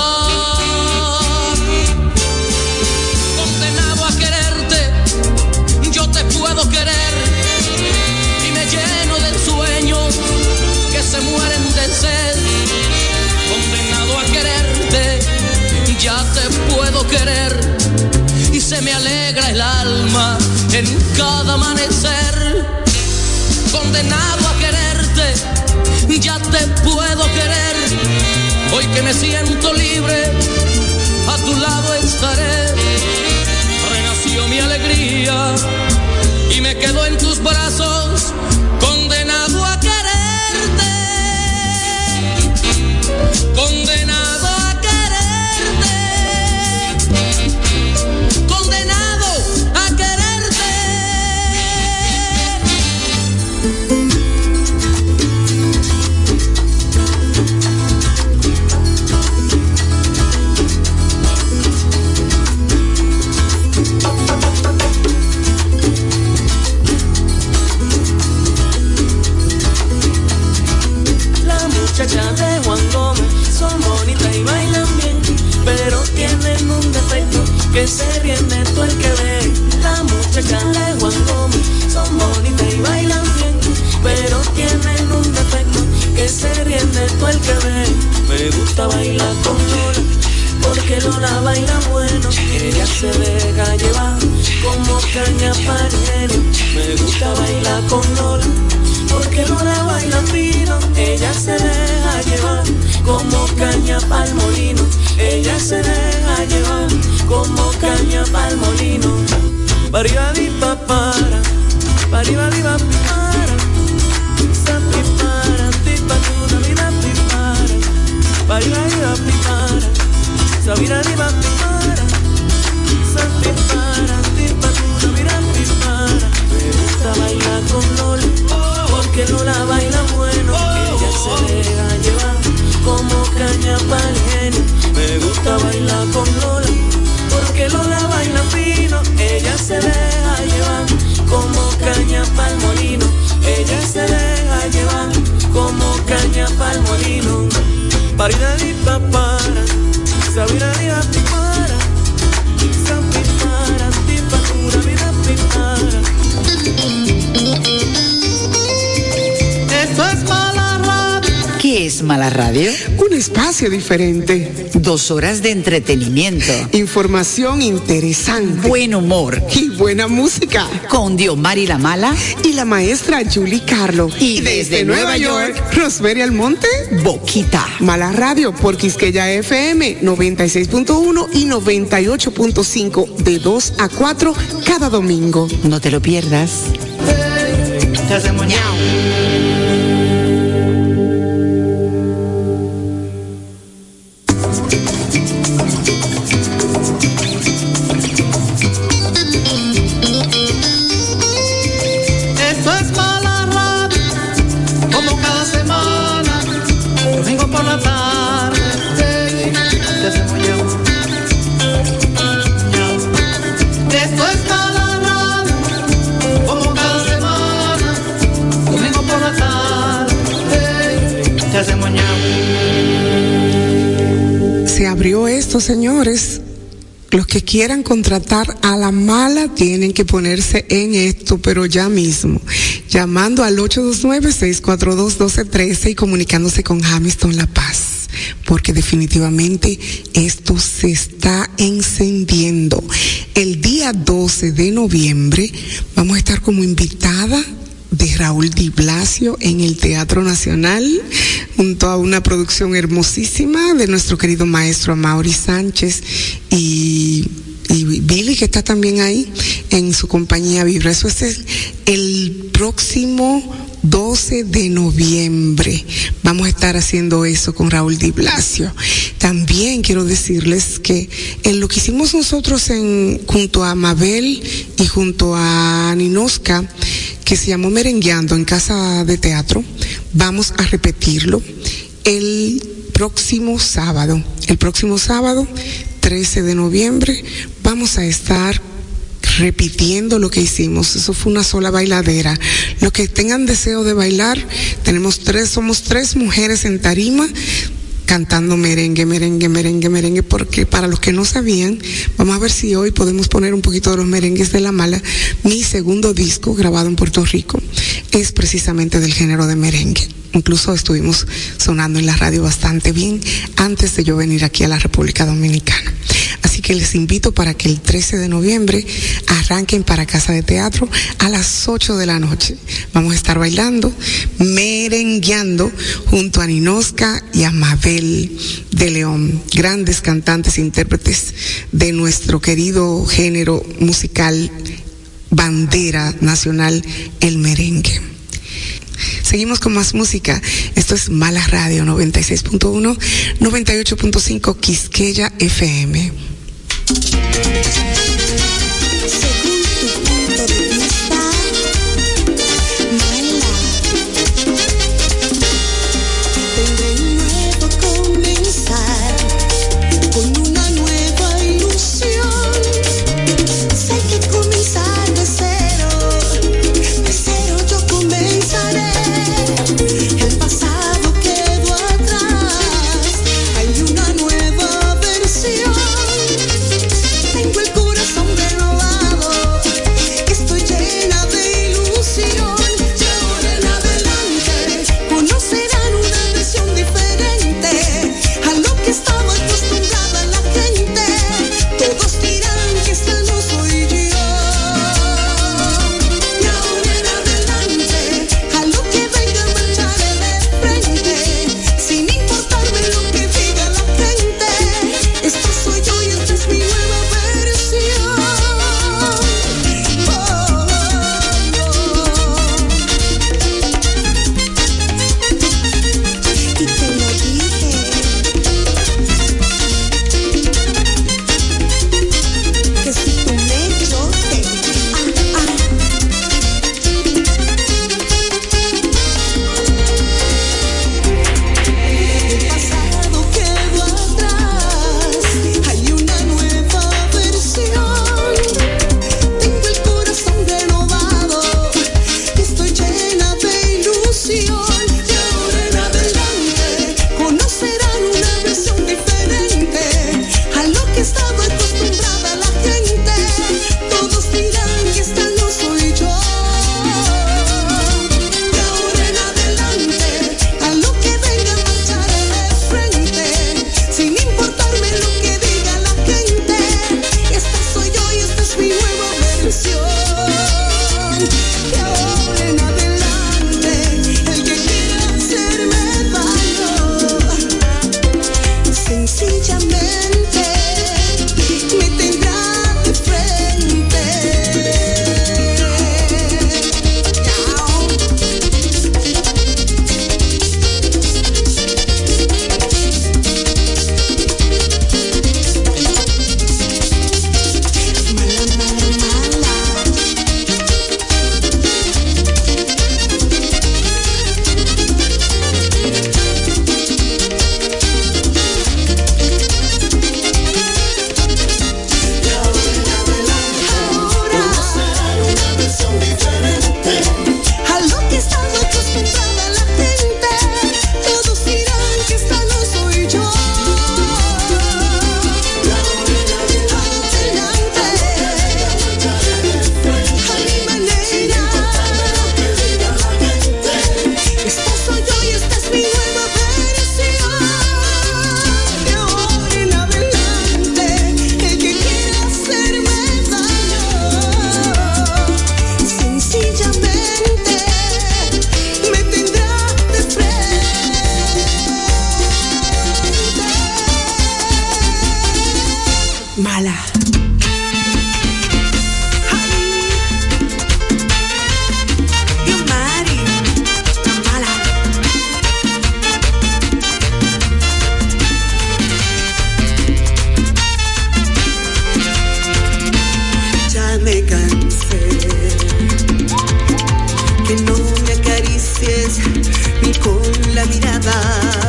condenado a quererte, yo te puedo querer y me lleno de sueños que se mueren de sed. Condenado a quererte, ya te puedo querer y se me alegra el alma en cada amanecer. Condenado a quererte, ya te puedo querer. Hoy que me siento libre, a tu lado estaré. Renació mi alegría y me quedo en tus brazos, condenado a quererte. Condenado a quererte. Condenado a quererte. Muchachas de Juan Gómez son bonitas y bailan bien, pero tienen un defecto, que se ríen de todo el que ve. Las muchachas de Juan Gómez son bonitas y bailan bien, pero tienen un defecto, que se ríen de todo el que ve. Me gusta bailar con Lola, porque Lola baila bueno, ella se deja llevar como caña para el genio. Me gusta bailar con Lola, porque Lola baila fino, ella se deja llevar como caña pa'l molino. Ella se deja llevar como caña pa'l molino. Pariba di pa para, pariba di pa para, sapi para, ti pa tu vida pi para. baila y va pipara, sabira y va pipara, santipara, tipatura, mira pipara. Me gusta bailar con Lola, porque Lola baila bueno, ella se deja llevar como caña pa'l genio. Me gusta bailar con Lola, porque Lola baila fino, ella se deja llevar como caña pa'l molino, ella se deja llevar como caña pa'l molino. Parida di papara, sabira di pipara, sampipara, tipatura, vida pipara. Esto es Mala Radio. ¿Qué es Mala Radio? Un espacio diferente. Dos horas de entretenimiento. Información interesante. Buen humor. Y buena música. Con Diomari La Mala. Y la maestra Julie Carlo. Y desde, desde Nueva York, York, Rosmery Almonte. Boquita. Mala Radio por Quisqueya F M noventa y seis punto uno y noventa y ocho punto cinco de dos a cuatro cada domingo. No te lo pierdas. Te hacemos ñao. Se abrió esto, señores. Los que quieran contratar a La Mala tienen que ponerse en esto, pero ya mismo, llamando al ocho dos nueve, seis cuatro dos, uno dos uno tres y comunicándose con Hamilton La Paz, porque definitivamente esto se está encendiendo. El día doce de noviembre vamos a estar como invitada de Raúl Di Blasio en el Teatro Nacional, junto a una producción hermosísima de nuestro querido maestro Amaury Sánchez y, y Billy, que está también ahí en su compañía Vibra. Eso es el próximo doce de noviembre. Vamos a estar haciendo eso con Raúl Di Blasio. También quiero decirles que en lo que hicimos nosotros en, junto a Mabel y junto a Ninoska, que se llamó Merengueando en Casa de Teatro, vamos a repetirlo el próximo sábado. El próximo sábado, trece de noviembre, vamos a estar repitiendo lo que hicimos. Eso fue una sola bailadera. Los que tengan deseo de bailar, tenemos tres, somos tres mujeres en tarima, cantando merengue, merengue, merengue, merengue, porque para los que no sabían, vamos a ver si hoy podemos poner un poquito de los merengues de La Mala. Mi segundo disco, grabado en Puerto Rico, es precisamente del género de merengue. Incluso estuvimos sonando en la radio bastante bien antes de yo venir aquí a la República Dominicana. Así que les invito para que el trece de noviembre arranquen para Casa de Teatro a las ocho de la noche. Vamos a estar bailando, merengueando junto a Ninoska y a Mabel de León, grandes cantantes e intérpretes de nuestro querido género musical, bandera nacional, el merengue. Seguimos con más música. Esto es Mala Radio noventa y seis punto uno, noventa y ocho punto cinco Quisqueya F M. Tengo el corazón renovar. Mala. Me cansé que no me acaricies ni con la mirada,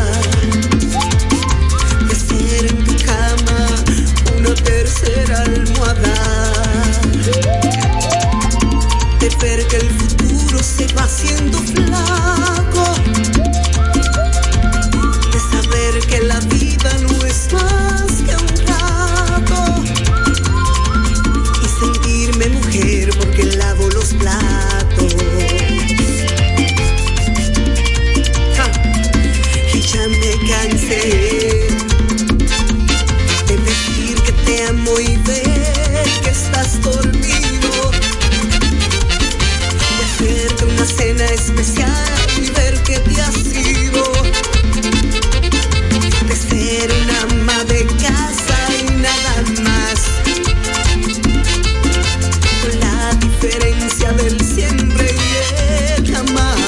de ser en tu cama una tercera almohada, de ver que el futuro se va haciendo flaco, de saber que la vida no es más que un rato, sentirme mujer porque lavo los platos. Ja. Y ya me cansé de decir que te amo y ver que estás dormido, de hacerte una cena especial y ver que te has ido, de ser una ama de casa y nada más, diferencia del siempre y el jamás,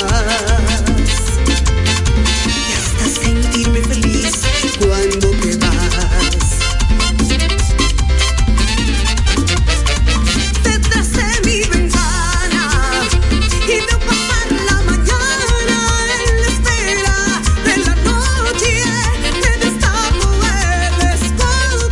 y hasta sentirme feliz cuando te vas. Detrás de mi ventana y veo pasar la mañana en la espera de la noche, me destapo el escote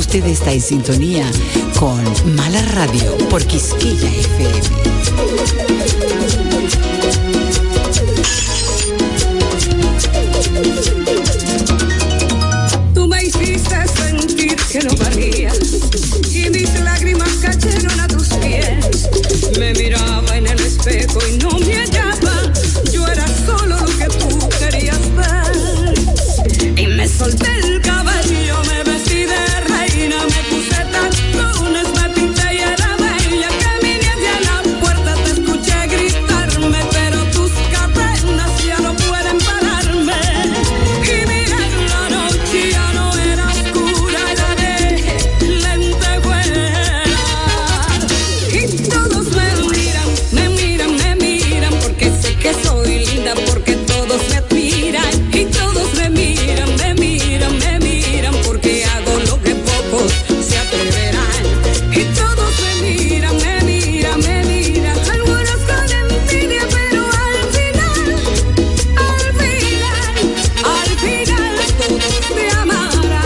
Usted está en sintonía con Mala Radio por Quisqueya F M. Tú me hiciste sentir que no valía y mis lágrimas cayeron a tus pies. Me miraba en el espejo y no me hallaba. Yo era solo lo que tú querías ver. Y me solté el cabello, me vestí de reina, me puse tacones, me pinté y era bella. Caminé hacia la puerta, te escuché gritarme, pero tus cadenas ya no pueden pararme. Y miré en la noche, ya no era oscura, era de lentejuela. Y todos me miran, me miran, me miran, porque sé que soy linda, porque todos me admiran. Y todos me miran, me miran, me miran, porque hago lo que pocos se atreverán. Y todos me miran, me miran, me miran, algunos con envidia, pero al final, al final, al final todos me amarán.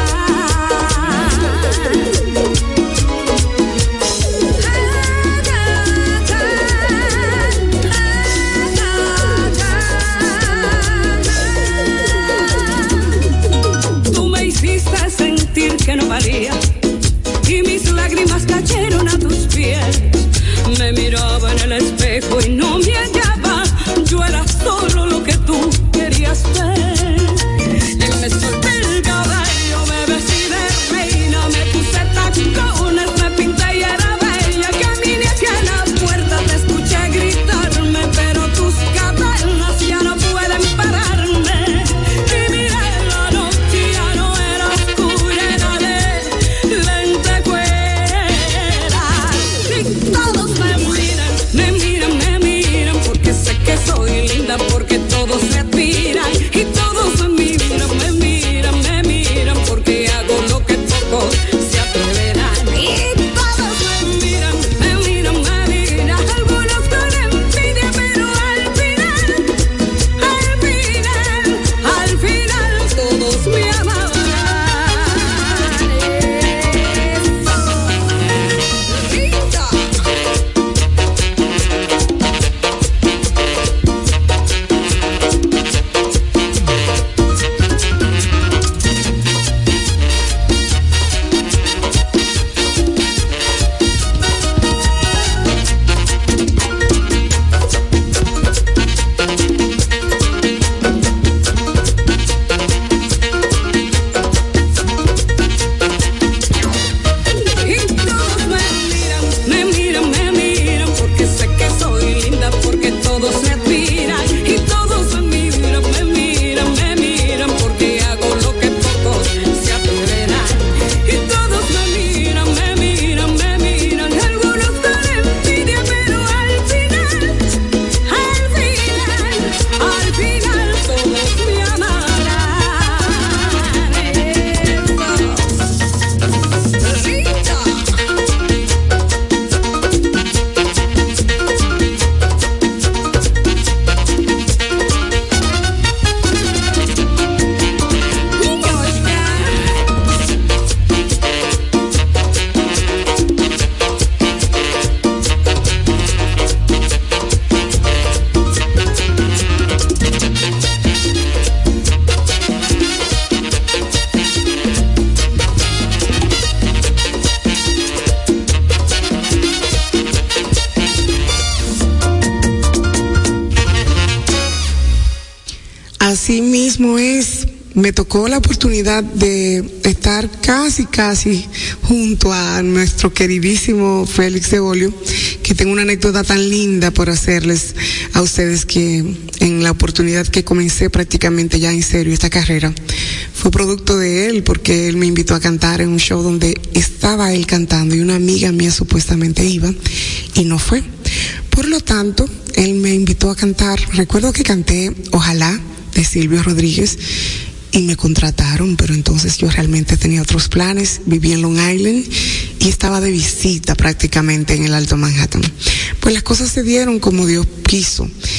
Tú me hiciste sentir que no valía y mis lágrimas cayeron a tus pies. Me miraba en el espejo y no me hallaba. Yo era solo lo que tú querías ver. Y me solté el cabello, me vestí de reina, me puse tacones, me pinté y era bella. Caminé hacia la puerta, te escuché gritarme, pero tus cadenas ya no pueden pararme. Y miré la noche, ya no era oscura, era de lentejuela. Y todos me miran, me miran, me miran, porque sé que soy linda, porque todos me admiran. Y todos me miran, me miran, me miran, porque hago lo que pocos se atreverán. Y todos me miran, me miran, me miran, algunos con envidia, pero al final, al final, al final todos me amarán. Rita. Y todos me miran, me miran, me miran, porque sé que soy linda, porque todos me admiran. Y todos me miran, me miran, me miran, porque hago lo que pocos se atreverán. Y todos me miran, me miran, me miran, algunos con envidia, pero al final, al final, al final todos me amarán. Rita. Así mismo es. Me tocó la oportunidad de estar casi, casi junto a nuestro queridísimo Félix de Olio, que tengo una anécdota tan linda por hacerles a ustedes, que en la oportunidad que comencé prácticamente ya en serio esta carrera, fue producto de él, porque él me invitó a cantar en un show donde estaba él cantando y una amiga mía supuestamente iba y no fue. Por lo tanto, él me invitó a cantar. Recuerdo que canté Ojalá de Silvio Rodríguez y me contrataron, pero entonces yo realmente tenía otros planes. Vivía en Long Island y estaba de visita prácticamente en el Alto Manhattan. Pues las cosas se dieron como Dios quiso.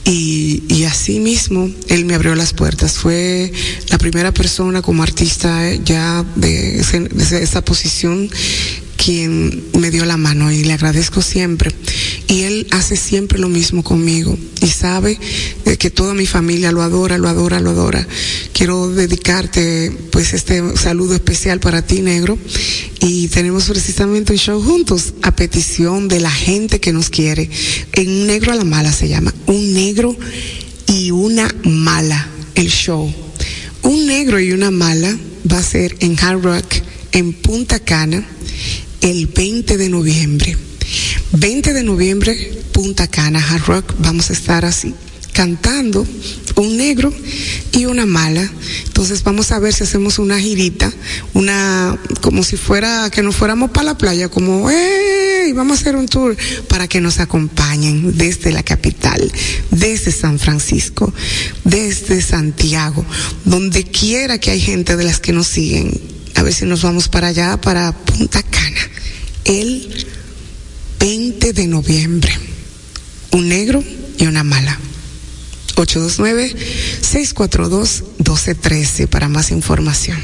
Y, y así mismo él me abrió las puertas. Fue la primera persona como artista ya de, ese, de esa posición quien me dio la mano, y le agradezco siempre. Y él hace siempre lo mismo conmigo y sabe que toda mi familia lo adora, lo adora, lo adora. Quiero dedicarte pues este saludo especial para ti, negro, y tenemos precisamente un show juntos a petición de la gente que nos quiere. En Un Negro a la Mala se llama, Un Negro y una Mala, el show. Un Negro y una Mala va a ser en Hard Rock en Punta Cana el veinte de noviembre. veinte de noviembre, Punta Cana, Hard Rock. Vamos a estar así, cantando Un Negro y una Mala. Entonces vamos a ver si hacemos una girita, una, como si fuera, que nos fuéramos para la playa, como, ¡eh! Vamos a hacer un tour para que nos acompañen desde la capital, desde San Francisco, desde Santiago, donde quiera que hay gente de las que nos siguen. A ver si nos vamos para allá, para Punta Cana, el veinte de noviembre. Un Negro y una Mala. ocho dos nueve, seis cuatro dos, uno dos uno tres para más información.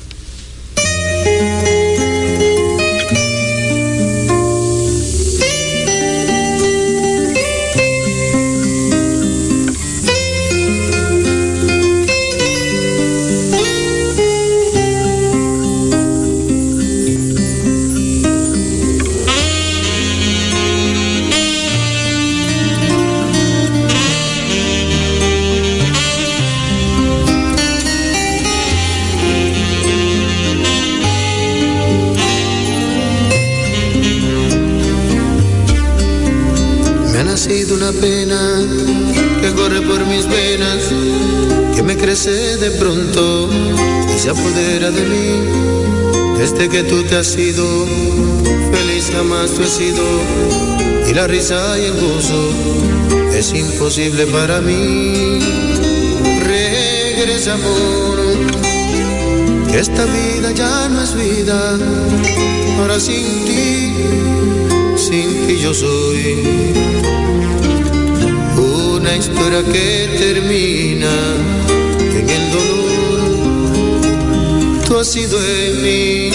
Una pena que corre por mis venas, que me crece de pronto y se apodera de mí. Desde que tú te has ido, feliz jamás tú he sido, y la risa y el gozo es imposible para mí. Regresa, amor, que esta vida ya no es vida. Ahora sin ti, sin ti yo soy una historia que termina en el dolor. Tú has sido en mí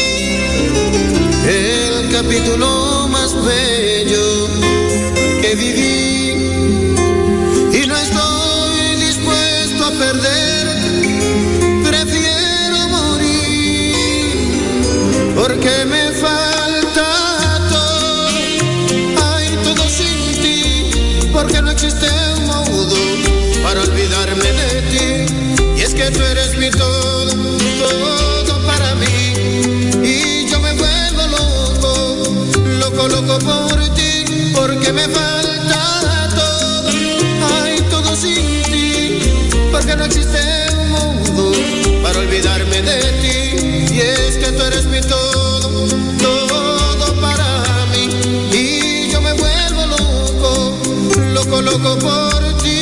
el capítulo más bello que viví, y no estoy dispuesto a perderte. Prefiero morir porque me falta todo. Hay todo sin ti, porque no existe un modo para olvidarme de ti. Y es que tú eres mi todo, todo para mí. Y yo me vuelvo loco, loco, loco por ti, porque me falta todo. Hay todo sin ti, porque no existe un modo para olvidarme de ti. Y es que tú eres mi todo, todo para mí. Y yo me vuelvo loco, loco, loco por ti.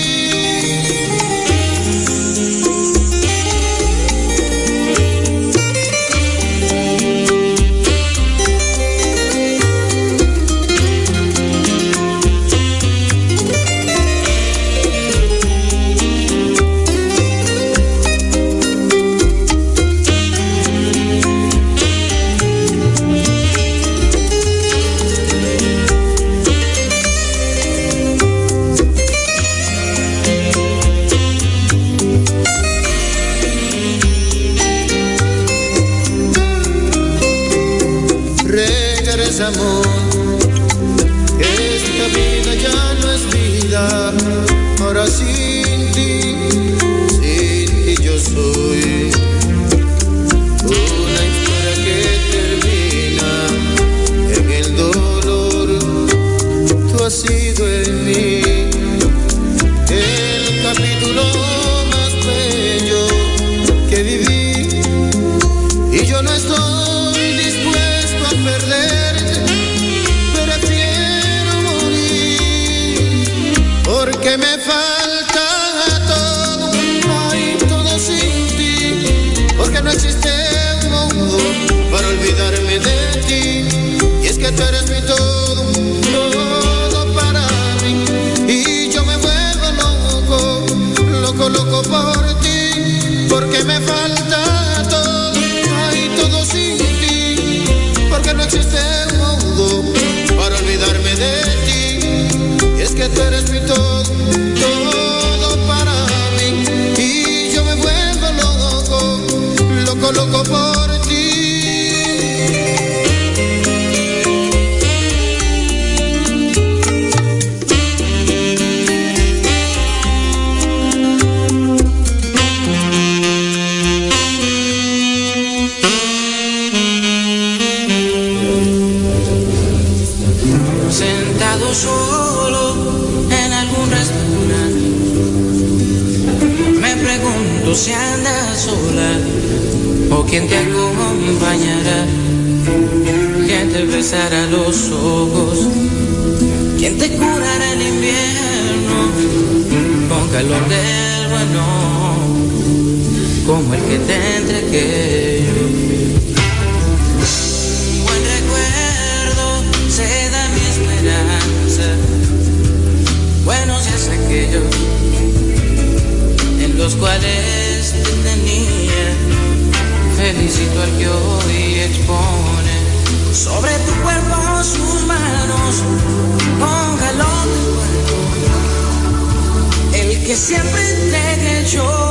Amor, esta vida ya no es vida. Ahora sin ti, sin ti yo soy una historia que termina en el dolor. Tú has sido en mí el capítulo más bello que viví, y yo no estoy dispuesto a perder. Que me falta todo, hay todo sin ti, porque no existe un modo para olvidarme de ti. Y es que tú eres mi todo, todo para mí, y yo me vuelvo loco, loco por ti, porque me falta todo, hay todo sin ti, porque no existe un modo para olvidarme de ti. Y es que tú eres mi todo, todo para mí, y yo me vuelvo loco, loco, loco por ti. Solo en algún restaurante, me pregunto si andas sola o quién te acompañará, quién te besará los ojos, quién te curará el invierno con calor del bueno, como el que te entregué yo. Un buen recuerdo se da mi esperanza, buenos días aquellos en los cuales te tenía, felicito al que hoy expone sobre tu cuerpo sus manos con calor de fuego, el que siempre entregué yo.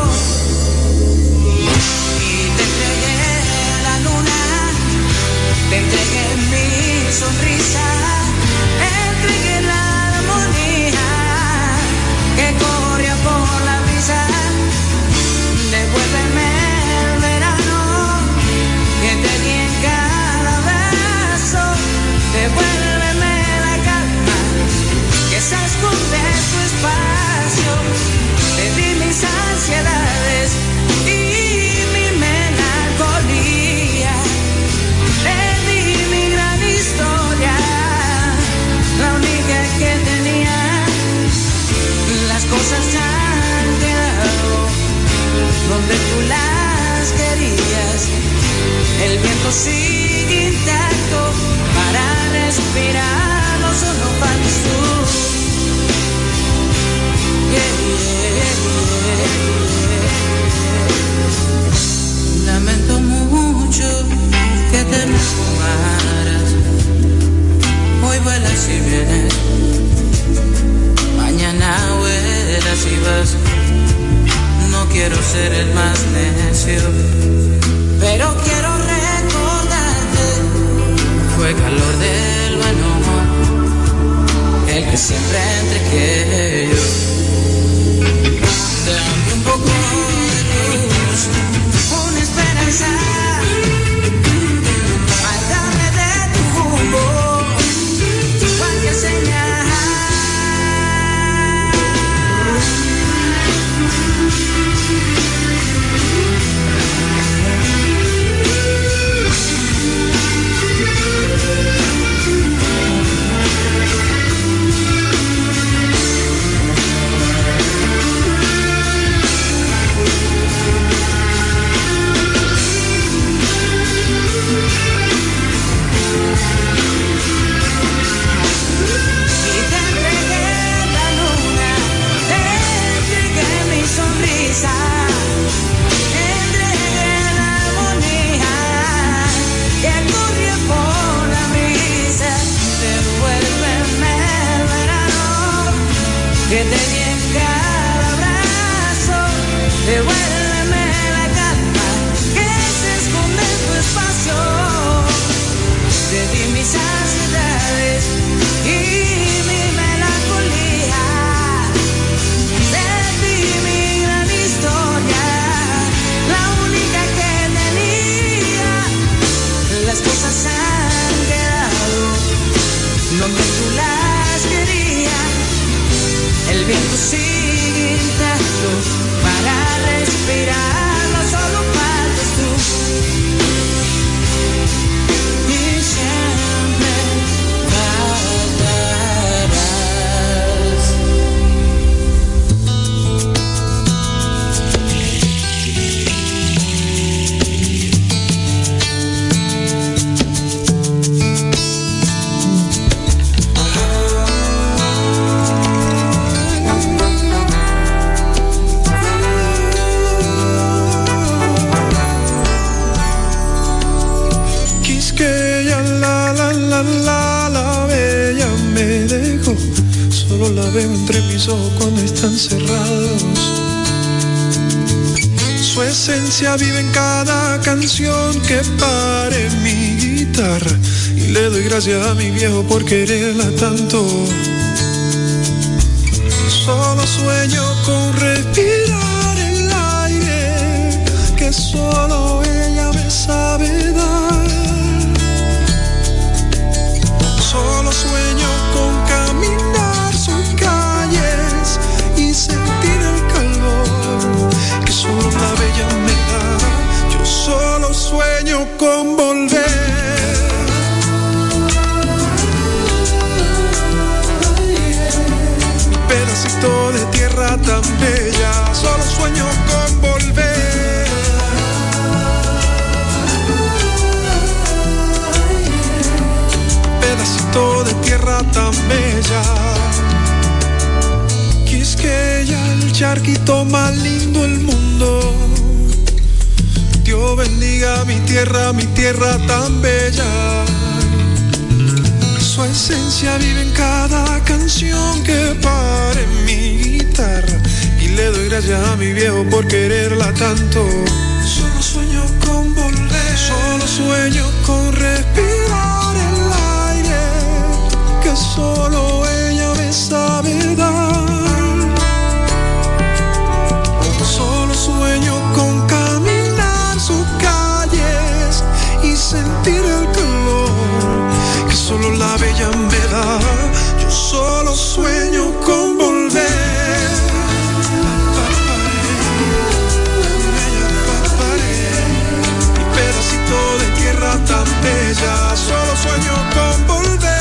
Y te entregué la luna, te entregué mi sonrisa, entregué la armonía que corría por la brisa. Devuélveme el verano que te di en cada beso, devuélveme la calma que se esconde en tu espacio. Te di mis ansiedades y mi melancolía, te di mi gran historia, la única que tenía. Las cosas ya han quedado donde tú las querías, el viento sigue intacto para respirarlo, solo faltas tú. Yeah, yeah, yeah. Lamento mucho que te me fumaras, hoy vuelas y vienes, mañana vuelas y vas. No quiero ser el más necio, pero quiero recordarte, fue calor del bueno, el que siempre entregué yo. Dame un poco de luz, una esperanza, mándame de tu rumbo, cualquier señal. Que te di en cada abrazo, devuélveme la calma que se esconde en tu espacio. Te di mis ansiedades y mi melancolía, te di mi gran historia, la única que tenía. Las cosas han quedado donde tú las querías, el viento sigue intacto para respirar, no solo faltas tú. Y siempre están cerrados. Su esencia vive en cada canción que pare mi guitarra, y le doy gracias a mi viejo por quererla tanto. Solo sueño con respirar el aire que solo ella me sabe dar. Solo sueño con caminar sus calles y sentir el calor que solo la bella me da. Yo solo sueño con volver. Mi pedacito de tierra tan bella, solo sueño con volver. Pedacito de tierra tan bella. Quisqueya, el charquito más lindo del mundo. Dios bendiga mi tierra, mi tierra tan bella. Su esencia vive en cada canción que pare en mi guitarra, y le doy gracias a mi viejo por quererla tanto. Solo sueño con volver, solo sueño con respirar el aire que solo ella me sabe dar. Solo sueño con caminar sus calles y sentir el calor que solo la bella me da. Yo solo sueño con volver. Mi pedacito de tierra tan bella, solo sueño con volver.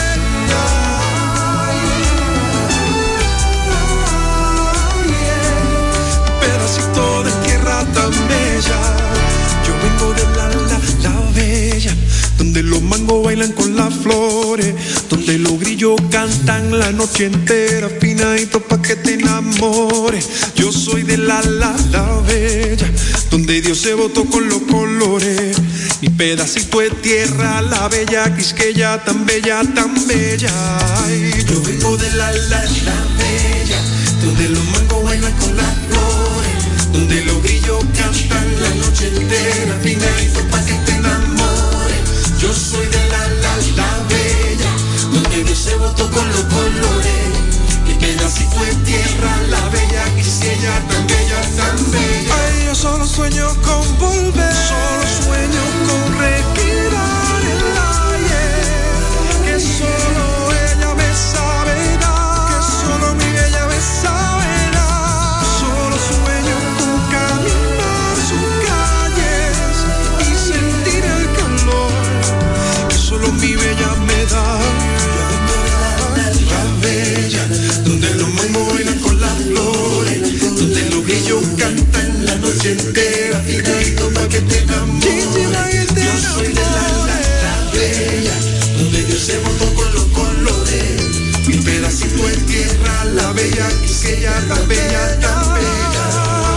De tierra tan bella, yo vengo de la, la, la bella, donde los mangos bailan con las flores, donde los grillos cantan la noche entera, finadito pa' que te enamores. Yo soy de la, la, la bella, donde Dios se botó con los colores. Mi pedacito de tierra, la bella Quisqueya, tan bella, tan bella. Ay, yo vengo de la, la, la bella, donde los mangos bailan con las flores, donde los grillos cantan la noche entera, finadito pa' que te enamores. Yo soy de la, la, la bella, donde Dios se botó con los colores. Mi pedacito de tierra, la bella Quisqueya, tan bella, tan bella. Ay, yo solo sueño con volver, solo sueño con respirar el aire que solo ella me sabe dar, que solo mi bella me sabe dar. Solo sueño con caminar sus calles y sentir el calor que solo mi bella me da. La bella, donde los mangos bailan con las flores, donde los grillos cantan la noche entera, finadito pa' que te enamores. Yo soy de la, la, la bella, donde Dios se botó con los colores. Mi pedacito de tierra, la bella Quisqueya, tan bella, tan bella.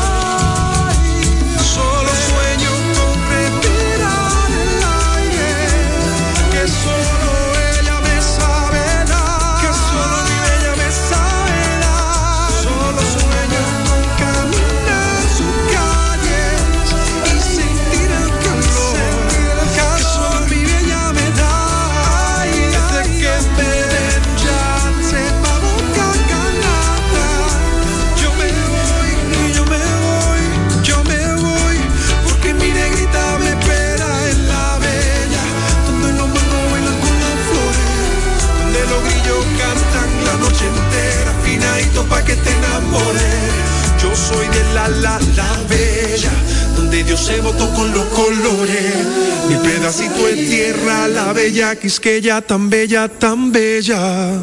Solo sueño con respirar el aire que solo ella me sabe dar, que solo mi bella me sabe dar. Solo sueño con caminar sus calles y sentir el calor que solo mi bella me da. Ay, desde que me den chance pa' boca canata, yo me voy, yo me voy, yo me voy, porque mi negrita me espera en la bella, donde los mangos bailan con las flores, donde los grillos cantan la noche entera, finadito pa' que te enamores. Yo soy de la, la, la bella, donde Dios se botó con los colores. Mi pedacito de tierra, la bella Quisqueya, tan bella, tan bella.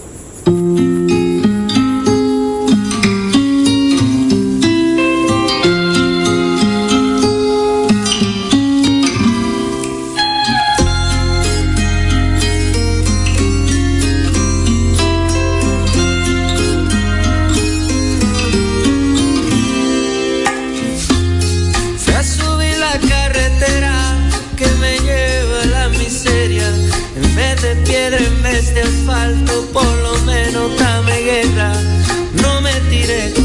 Fui a subir la carretera que me lleva a la miseria. En vez de piedra, en vez de asfalto, por lo menos dame guerra. No me tiré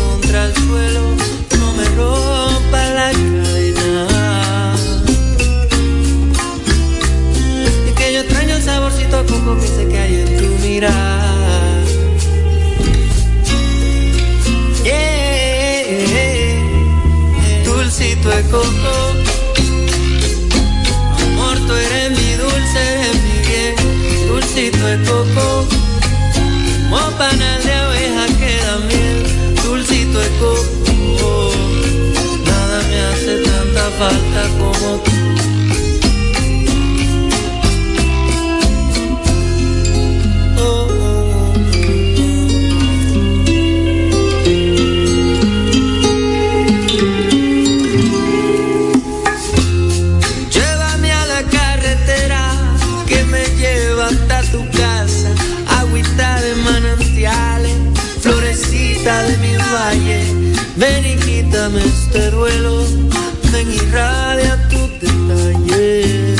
calle. Ven y quítame este duelo, ven y irradia tu detalle.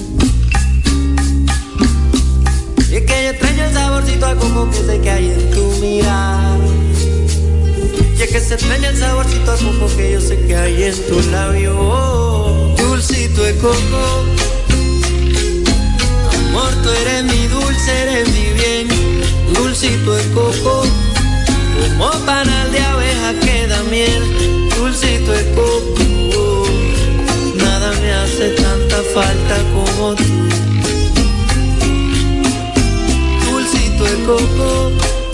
Y es que yo extraño el saborcito a coco que sé que hay en tu mirar. Y es que se extraña el saborcito a coco que yo sé que hay en tu labio. Dulcito de coco, amor, tú eres mi dulce, eres mi bien. Dulcito de coco, como panal de abeja que da miel. Dulcito de coco, nada me hace tanta falta como tú. Dulcito de coco,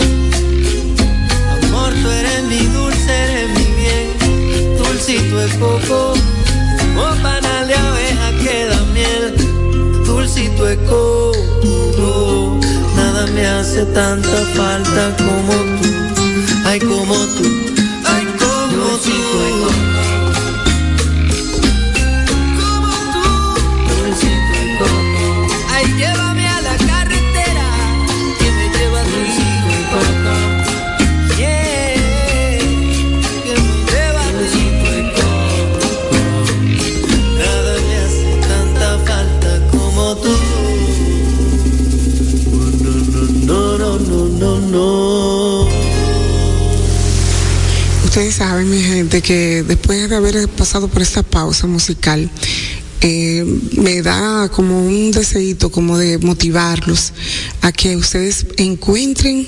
amor, tú eres mi dulce, eres mi bien. Dulcito de coco, como panal de abeja que da miel. Dulcito de coco, nada me hace tanta falta como tú. Ay, como tú, ay, como tú. Dulcito de coco, como tú. Dulcito de coco, ay, llévame a la carretera que me lleva a Dulcito de coco. Yeah, que me lleva a Dulcito de coco. Nada me hace tanta falta como tú. No, no, no, no, no. Ustedes saben, mi gente, que después de haber pasado por esta pausa musical, eh, me da como un deseito como de motivarlos a que ustedes encuentren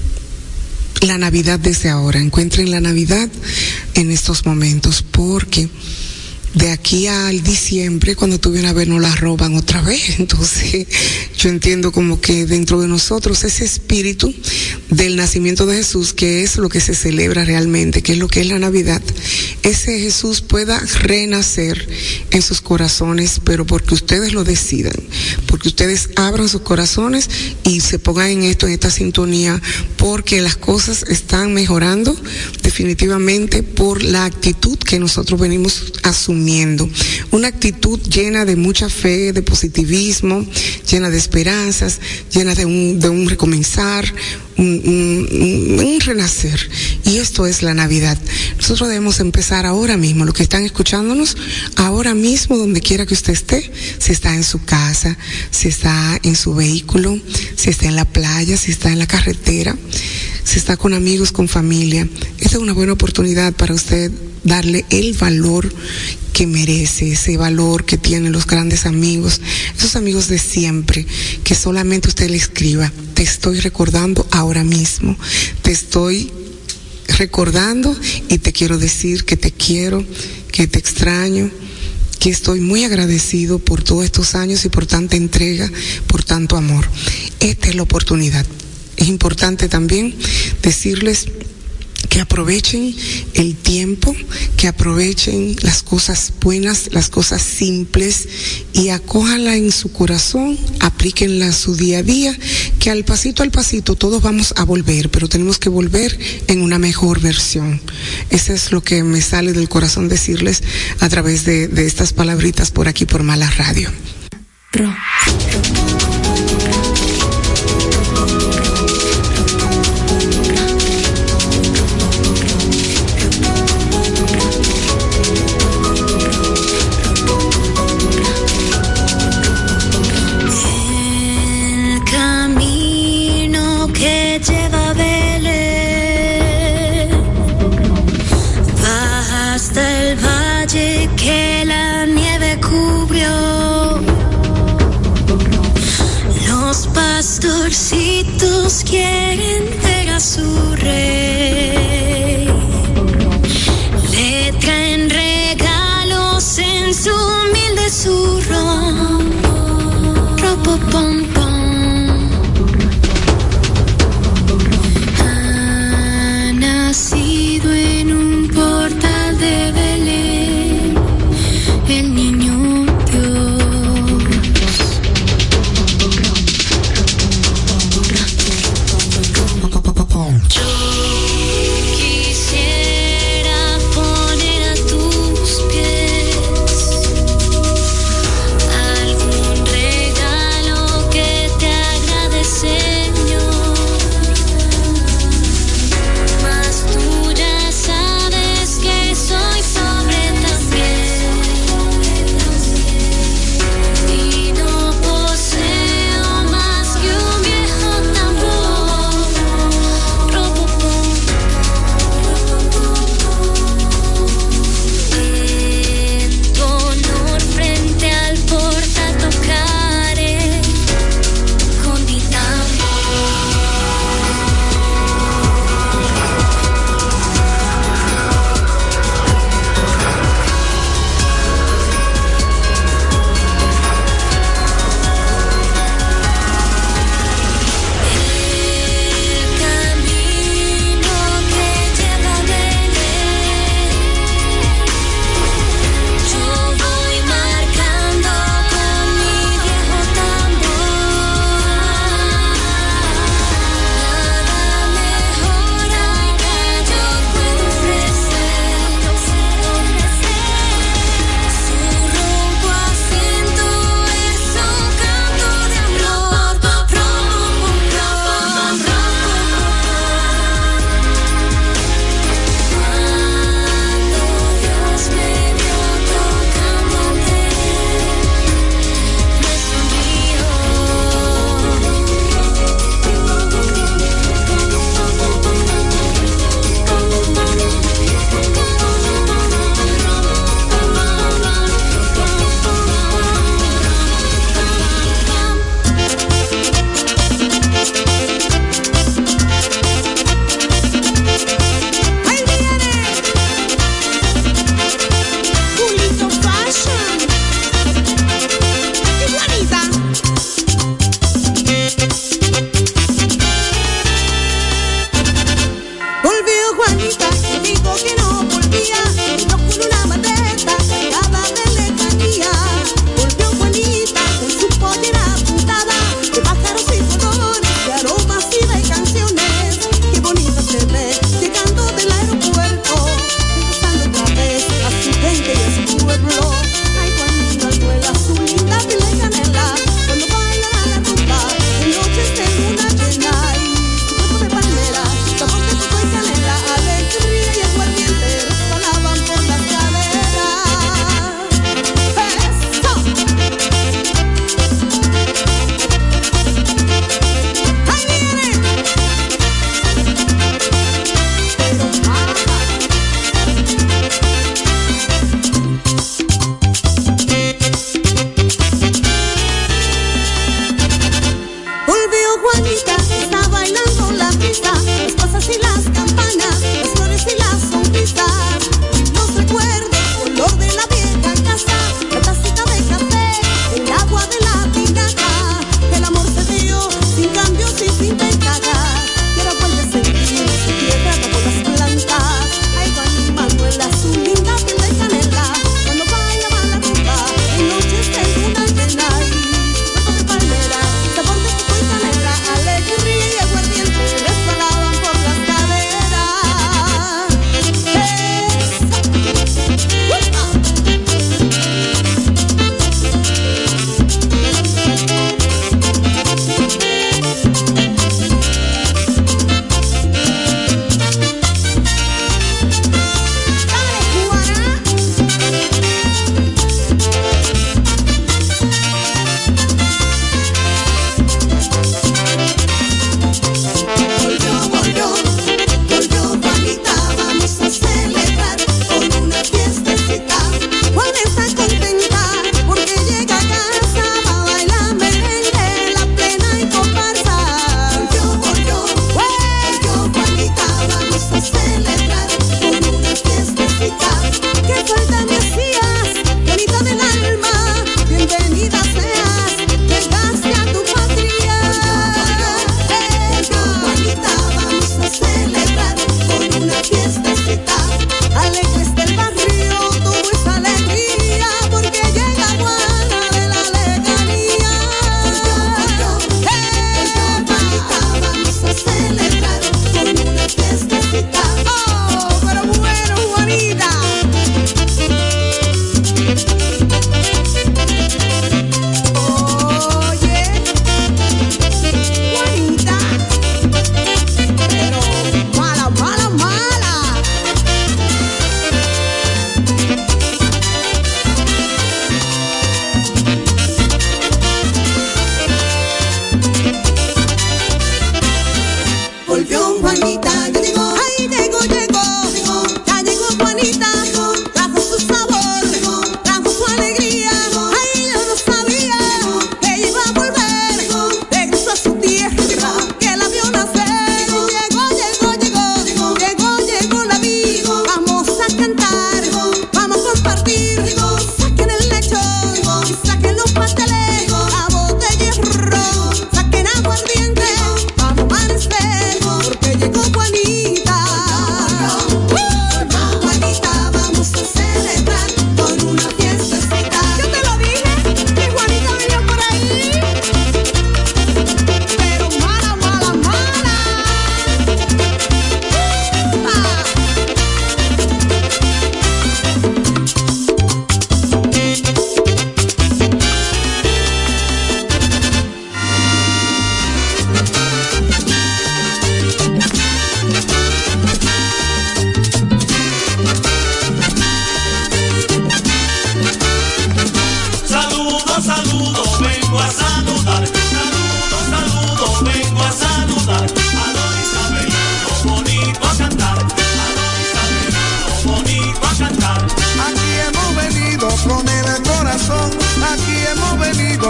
la Navidad desde ahora, encuentren la Navidad en estos momentos, porque de aquí al diciembre, cuando tú vienes a ver, nos la roban otra vez. Entonces, yo entiendo como que dentro de nosotros ese espíritu del nacimiento de Jesús, que es lo que se celebra realmente, que es lo que es la Navidad, ese Jesús pueda renacer en sus corazones, pero porque ustedes lo decidan, porque ustedes abran sus corazones y se pongan en esto, en esta sintonía, porque las cosas están mejorando definitivamente por la actitud que nosotros venimos asumiendo. Una actitud llena de mucha fe, de positivismo, llena de esperanzas, llena de un, de un recomenzar, un, un, un renacer. Y esto es la Navidad. Nosotros debemos empezar ahora mismo, los que están escuchándonos, ahora mismo, donde quiera que usted esté, si está en su casa, si está en su vehículo, si está en la playa, si está en la carretera, si está con amigos, con familia. Esta es una buena oportunidad para usted darle el valor que merece, ese valor que tienen los grandes amigos, esos amigos de siempre, que solamente usted le escriba: te estoy recordando ahora mismo, te estoy recordando y te quiero decir que te quiero, que te extraño, que estoy muy agradecido por todos estos años y por tanta entrega, por tanto amor. Esta es la oportunidad. Es importante también decirles que aprovechen el tiempo, que aprovechen las cosas buenas, las cosas simples, y acójanla en su corazón, aplíquenla a su día a día, que al pasito al pasito todos vamos a volver, pero tenemos que volver en una mejor versión. Eso es lo que me sale del corazón decirles a través de, de estas palabritas por aquí por Mala Radio. Ro. Que la nieve cubrió, los pastorcitos quieren ver a su rey, le traen regalos en su humilde zurrón, ropo pom pom. Ha nacido en un portal de Belén el niño Dios. Yo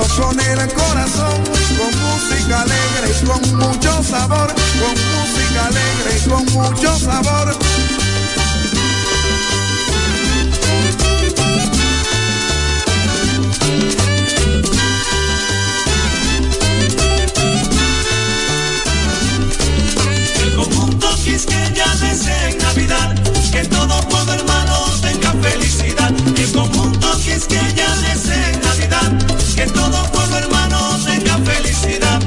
con el corazón, con música alegre y con mucho sabor, con música alegre y con mucho sabor. El conjunto Quisqueya desea en Navidad que todo pueblo hermano tenga felicidad. El conjunto Quisqueya desea en Navidad que todo pueblo hermano tenga felicidad.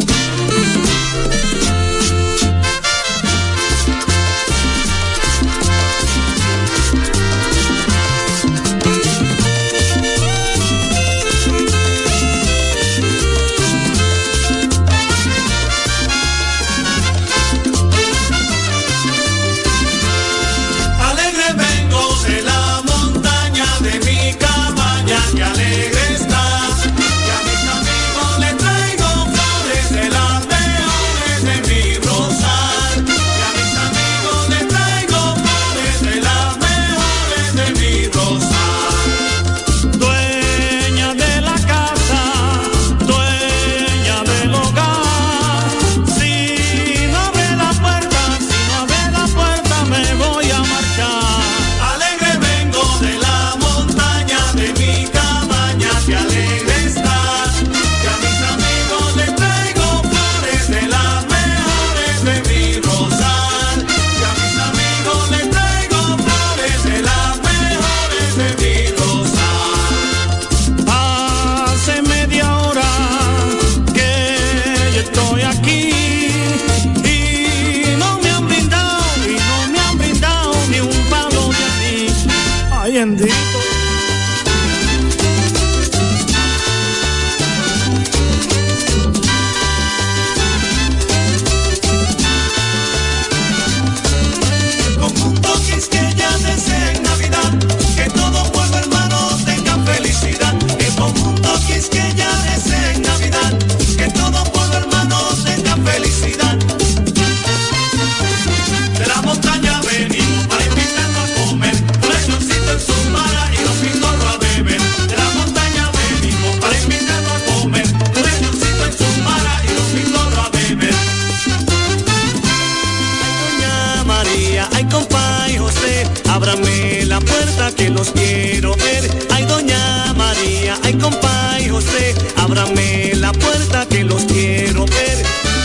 Que los quiero ver, ay doña María, ay compa y José, ábrame la puerta que los quiero ver.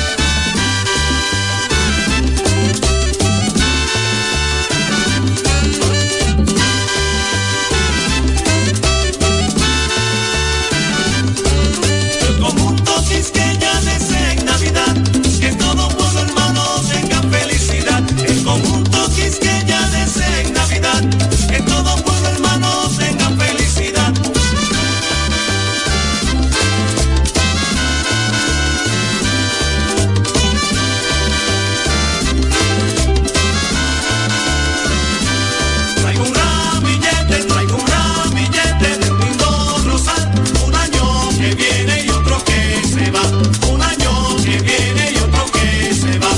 El conjunto Quisqueya desea en Navidad que todo pueblo hermano tenga felicidad. El conjunto Quisqueya desea en Navidad que todo pueblo hermano tenga felicidad. Traigo un ramillete, traigo un ramillete de un lindo rosal. Un año que viene y otro que se va. Un año que viene y otro que se va.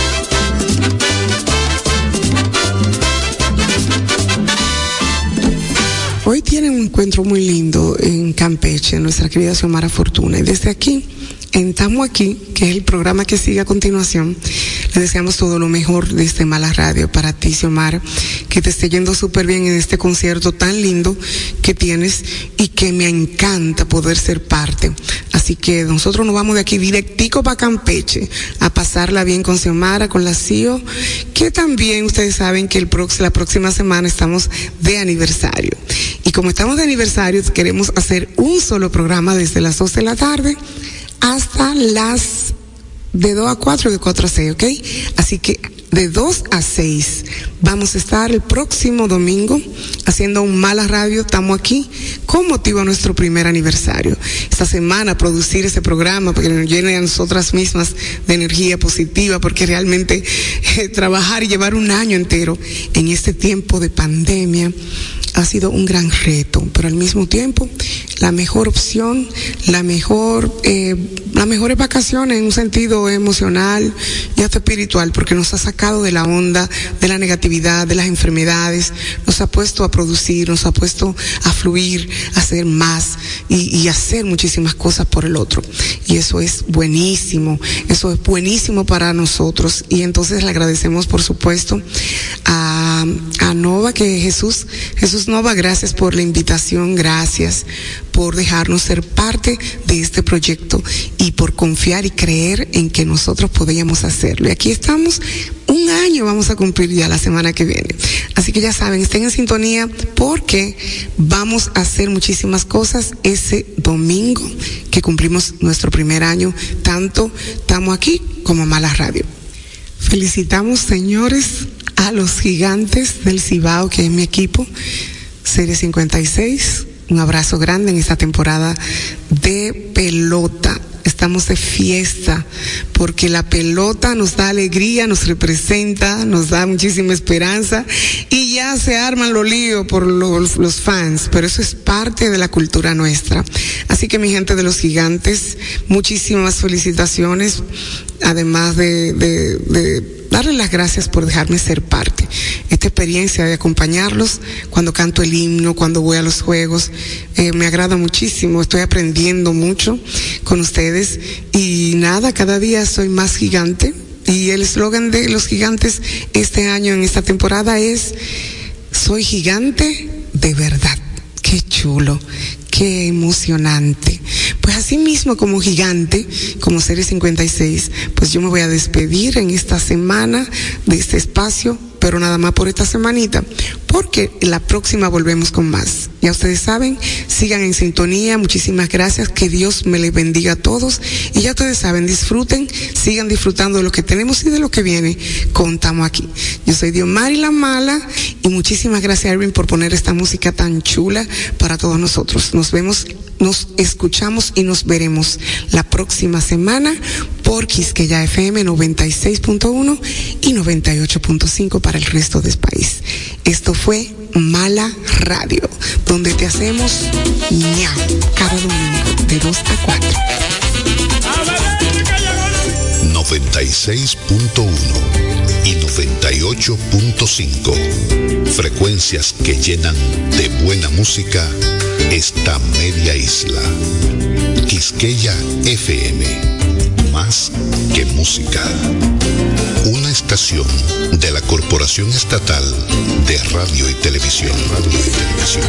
Hoy tienen un encuentro muy lindo en Campeche, nuestra querida Xiomara Fortuna. Y desde aquí, en Tamo Aquí, que es el programa que sigue a continuación, le deseamos todo lo mejor desde Mala Radio para ti, Xiomara, que te esté yendo súper bien en este concierto tan lindo que tienes y que me encanta poder ser parte. Así que nosotros nos vamos de aquí directico para Campeche a pasarla bien con Xiomara, con la C I O, que también ustedes saben que el prox- la próxima semana estamos de aniversario. Y como estamos de aniversario, queremos hacer un solo programa desde las dos de la tarde hasta las de dos a cuatro y de cuatro a seis, ¿ok? Así que de dos a seis vamos a estar el próximo domingo haciendo un Mala Radio. Estamos aquí con motivo a nuestro primer aniversario. Esta semana producir ese programa porque nos llene a nosotras mismas de energía positiva, porque realmente eh, trabajar y llevar un año entero en este tiempo de pandemia ha sido un gran reto, pero al mismo tiempo la mejor opción, la mejor, eh, las mejores vacaciones en un sentido emocional y hasta espiritual, porque nos ha sacado de la onda, de la negatividad, de las enfermedades, nos ha puesto a producir, nos ha puesto a fluir, a hacer más y, y hacer muchísimas cosas por el otro. Y eso es buenísimo, eso es buenísimo para nosotros. Y entonces le agradecemos, por supuesto, a, a Nova, que Jesús, Jesús Nova, gracias por la invitación, gracias por dejarnos ser parte de este proyecto y por confiar y creer en que nosotros podíamos hacerlo. Y aquí estamos, un año vamos a cumplir ya la semana que viene. Así que ya saben, estén en sintonía porque vamos a hacer muchísimas cosas ese domingo que cumplimos nuestro primer año, tanto estamos aquí como Mala Radio. Felicitamos, señores, a los gigantes del Cibao, que es mi equipo, Serie cincuenta y seis. Un abrazo grande en esta temporada de pelota. Estamos de fiesta porque la pelota nos da alegría, nos representa, nos da muchísima esperanza y ya se arman los líos por los, los fans, pero eso es parte de la cultura nuestra. Así que mi gente de los gigantes, muchísimas felicitaciones, además de, de, de darle las gracias por dejarme ser parte. Esta experiencia de acompañarlos cuando canto el himno, cuando voy a los juegos, eh, me agrada muchísimo, estoy aprendiendo mucho con ustedes y nada, cada día soy más gigante y el eslogan de los gigantes este año en esta temporada es: soy gigante de verdad. Qué chulo, qué emocionante. Pues así mismo, como gigante, como Serie cincuenta y seis, pues yo me voy a despedir en esta semana de este espacio, pero nada más por esta semanita, porque la próxima volvemos con más. Ya ustedes saben, sigan en sintonía, muchísimas gracias, que Dios me les bendiga a todos, y ya ustedes saben, disfruten, sigan disfrutando de lo que tenemos y de lo que viene, contamos aquí. Yo soy Diomari La Mala, y muchísimas gracias, Erwin, por poner esta música tan chula para todos nosotros. Nos vemos, nos escuchamos y nos veremos la próxima semana por Quisqueya F M noventa y seis punto uno y noventa y ocho punto cinco para el resto del país. Esto fue Mala Radio, donde te hacemos ñau cada domingo de dos a cuatro. noventa y seis punto uno y noventa y ocho punto cinco. Frecuencias que llenan de buena música esta media isla. Quisqueya F M, más que música. Una estación de la Corporación Estatal de Radio y Televisión. Radio y Televisión.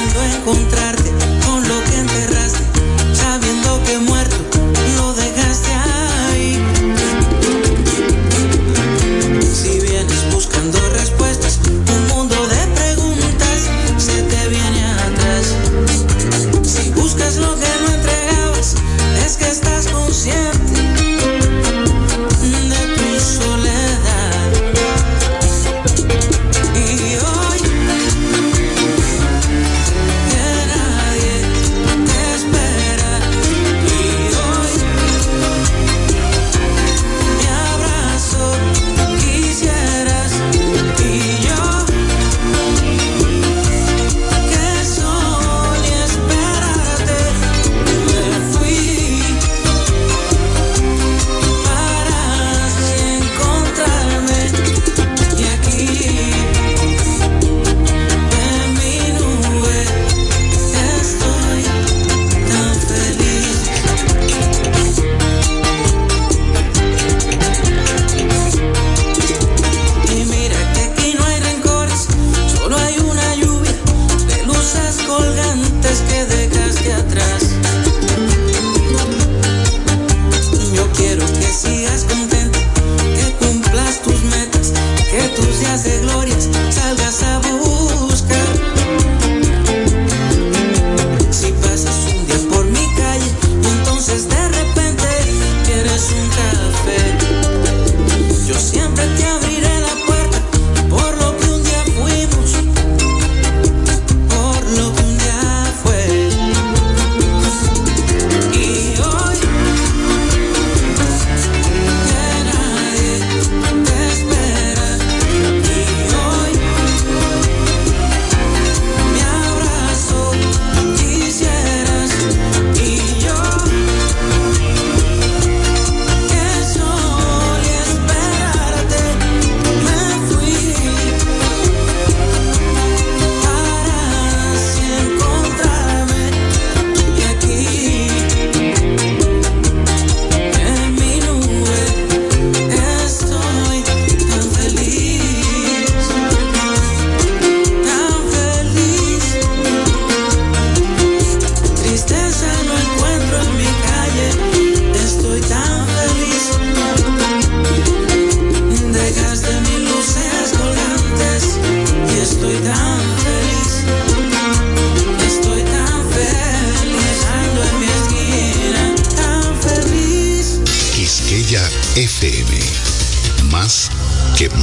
Encontrarte con lo que enterraste, sabiendo que muerto lo dejaste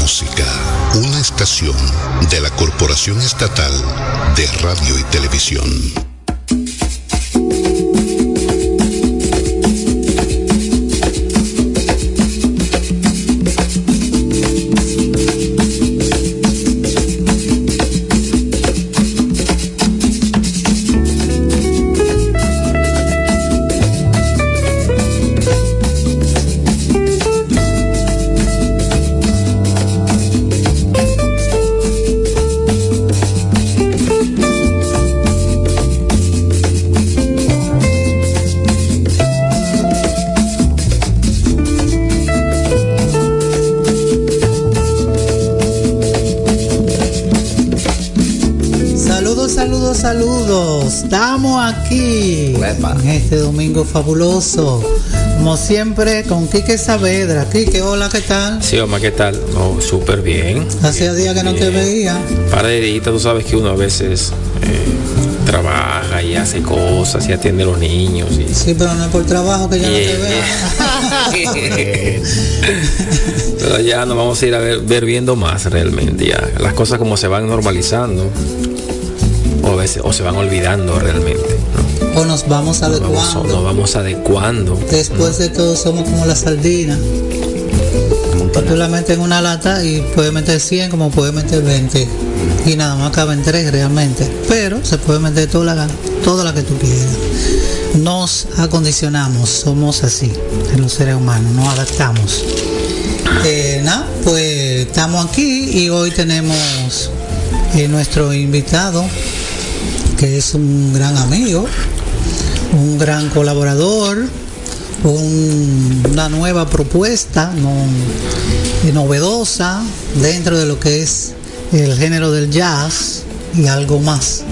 música, una estación de la Corporación Estatal de Radio y Televisión. Saludos, estamos aquí Uepa. En este domingo fabuloso, como siempre con Quique Saavedra. Quique, hola, ¿qué tal? Sí, Omar, ¿qué tal? Oh, súper bien. Hacía días que no te veía. Para de días, tú sabes que uno a veces eh, trabaja y hace cosas y atiende a los niños. Y... Sí, pero no es por trabajo que yo yeah, no te vea. Pero ya nos vamos a ir a ver, ver viendo más realmente, ya las cosas como se van normalizando. O, a veces, o se van olvidando realmente, ¿no? O nos vamos adecuando. Nos vamos, nos vamos adecuando. Después ¿no? de todo somos como la sardina. Tú la metes en una lata y puedes meter cien como puedes meter veinte. Y nada más caben tres realmente. Pero se puede meter toda la, toda la que tú quieras. Nos acondicionamos, somos así, en los seres humanos, nos adaptamos. Eh, nada, pues estamos aquí y hoy tenemos eh, nuestro invitado, que es un gran amigo, un gran colaborador, un, una nueva propuesta no, novedosa dentro de lo que es el género del jazz y algo más.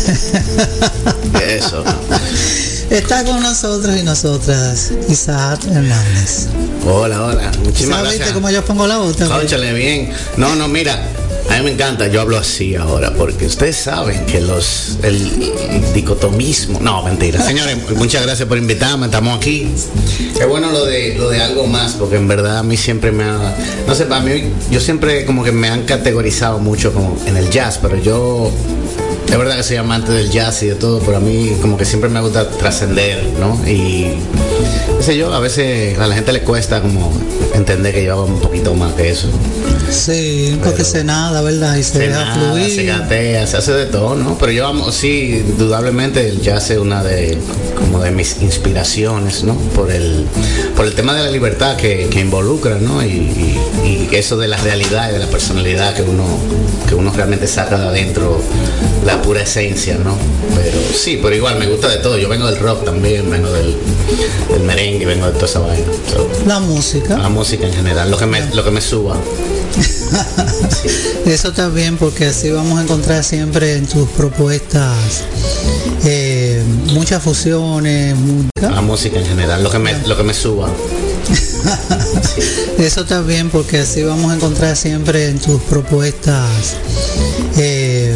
Eso. Está con nosotros y nosotras Isaac Hernández. Hola, hola. Muchísimas gracias. ¿Viste cómo yo pongo la voz? Cónchale bien. No, no, mira. A mí me encanta, yo hablo así ahora, porque ustedes saben que los el, el dicotomismo, no, mentira. Señores, muchas gracias por invitarme, estamos aquí. Qué bueno lo de lo de algo más, porque en verdad a mí siempre me ha, no sé, para mí, yo siempre como que me han categorizado mucho como en el jazz, pero yo, es verdad que soy amante del jazz y de todo, pero a mí como que siempre me gusta trascender, ¿no? Y, no sé yo, a veces a la gente le cuesta como entender que yo hago un poquito más que eso. Sí, porque se nada, ¿verdad? Y se, se deja nada, fluir. Se gatea, se hace de todo, ¿no? Pero yo amo, sí, indudablemente el jazz es una de como de mis inspiraciones, ¿no? Por el por el tema de la libertad que, que involucra, ¿no? Y, y, y eso de la realidad y de la personalidad que uno que uno realmente saca de adentro, la pura esencia, ¿no? Pero sí, pero igual me gusta de todo. Yo vengo del rock también, vengo del, del merengue, vengo de toda esa vaina. So, la música. La música en general, lo que me, lo que me suba. Sí. Eso está bien, porque así vamos a encontrar siempre en tus propuestas eh, muchas fusiones, música. La música en general, lo que me, lo que me suba. Sí. Eso está bien, porque así vamos a encontrar siempre en tus propuestas eh,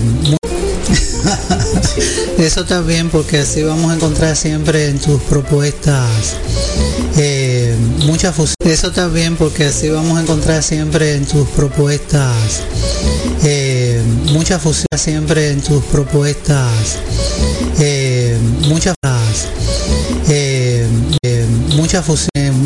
sí. Eso está bien, porque así vamos a encontrar siempre en tus propuestas eh, muchas fusiones. Eso está bien, porque así vamos a encontrar siempre en tus propuestas eh, muchas fusiones, siempre en tus propuestas eh, muchas eh, eh, muchas fusiones.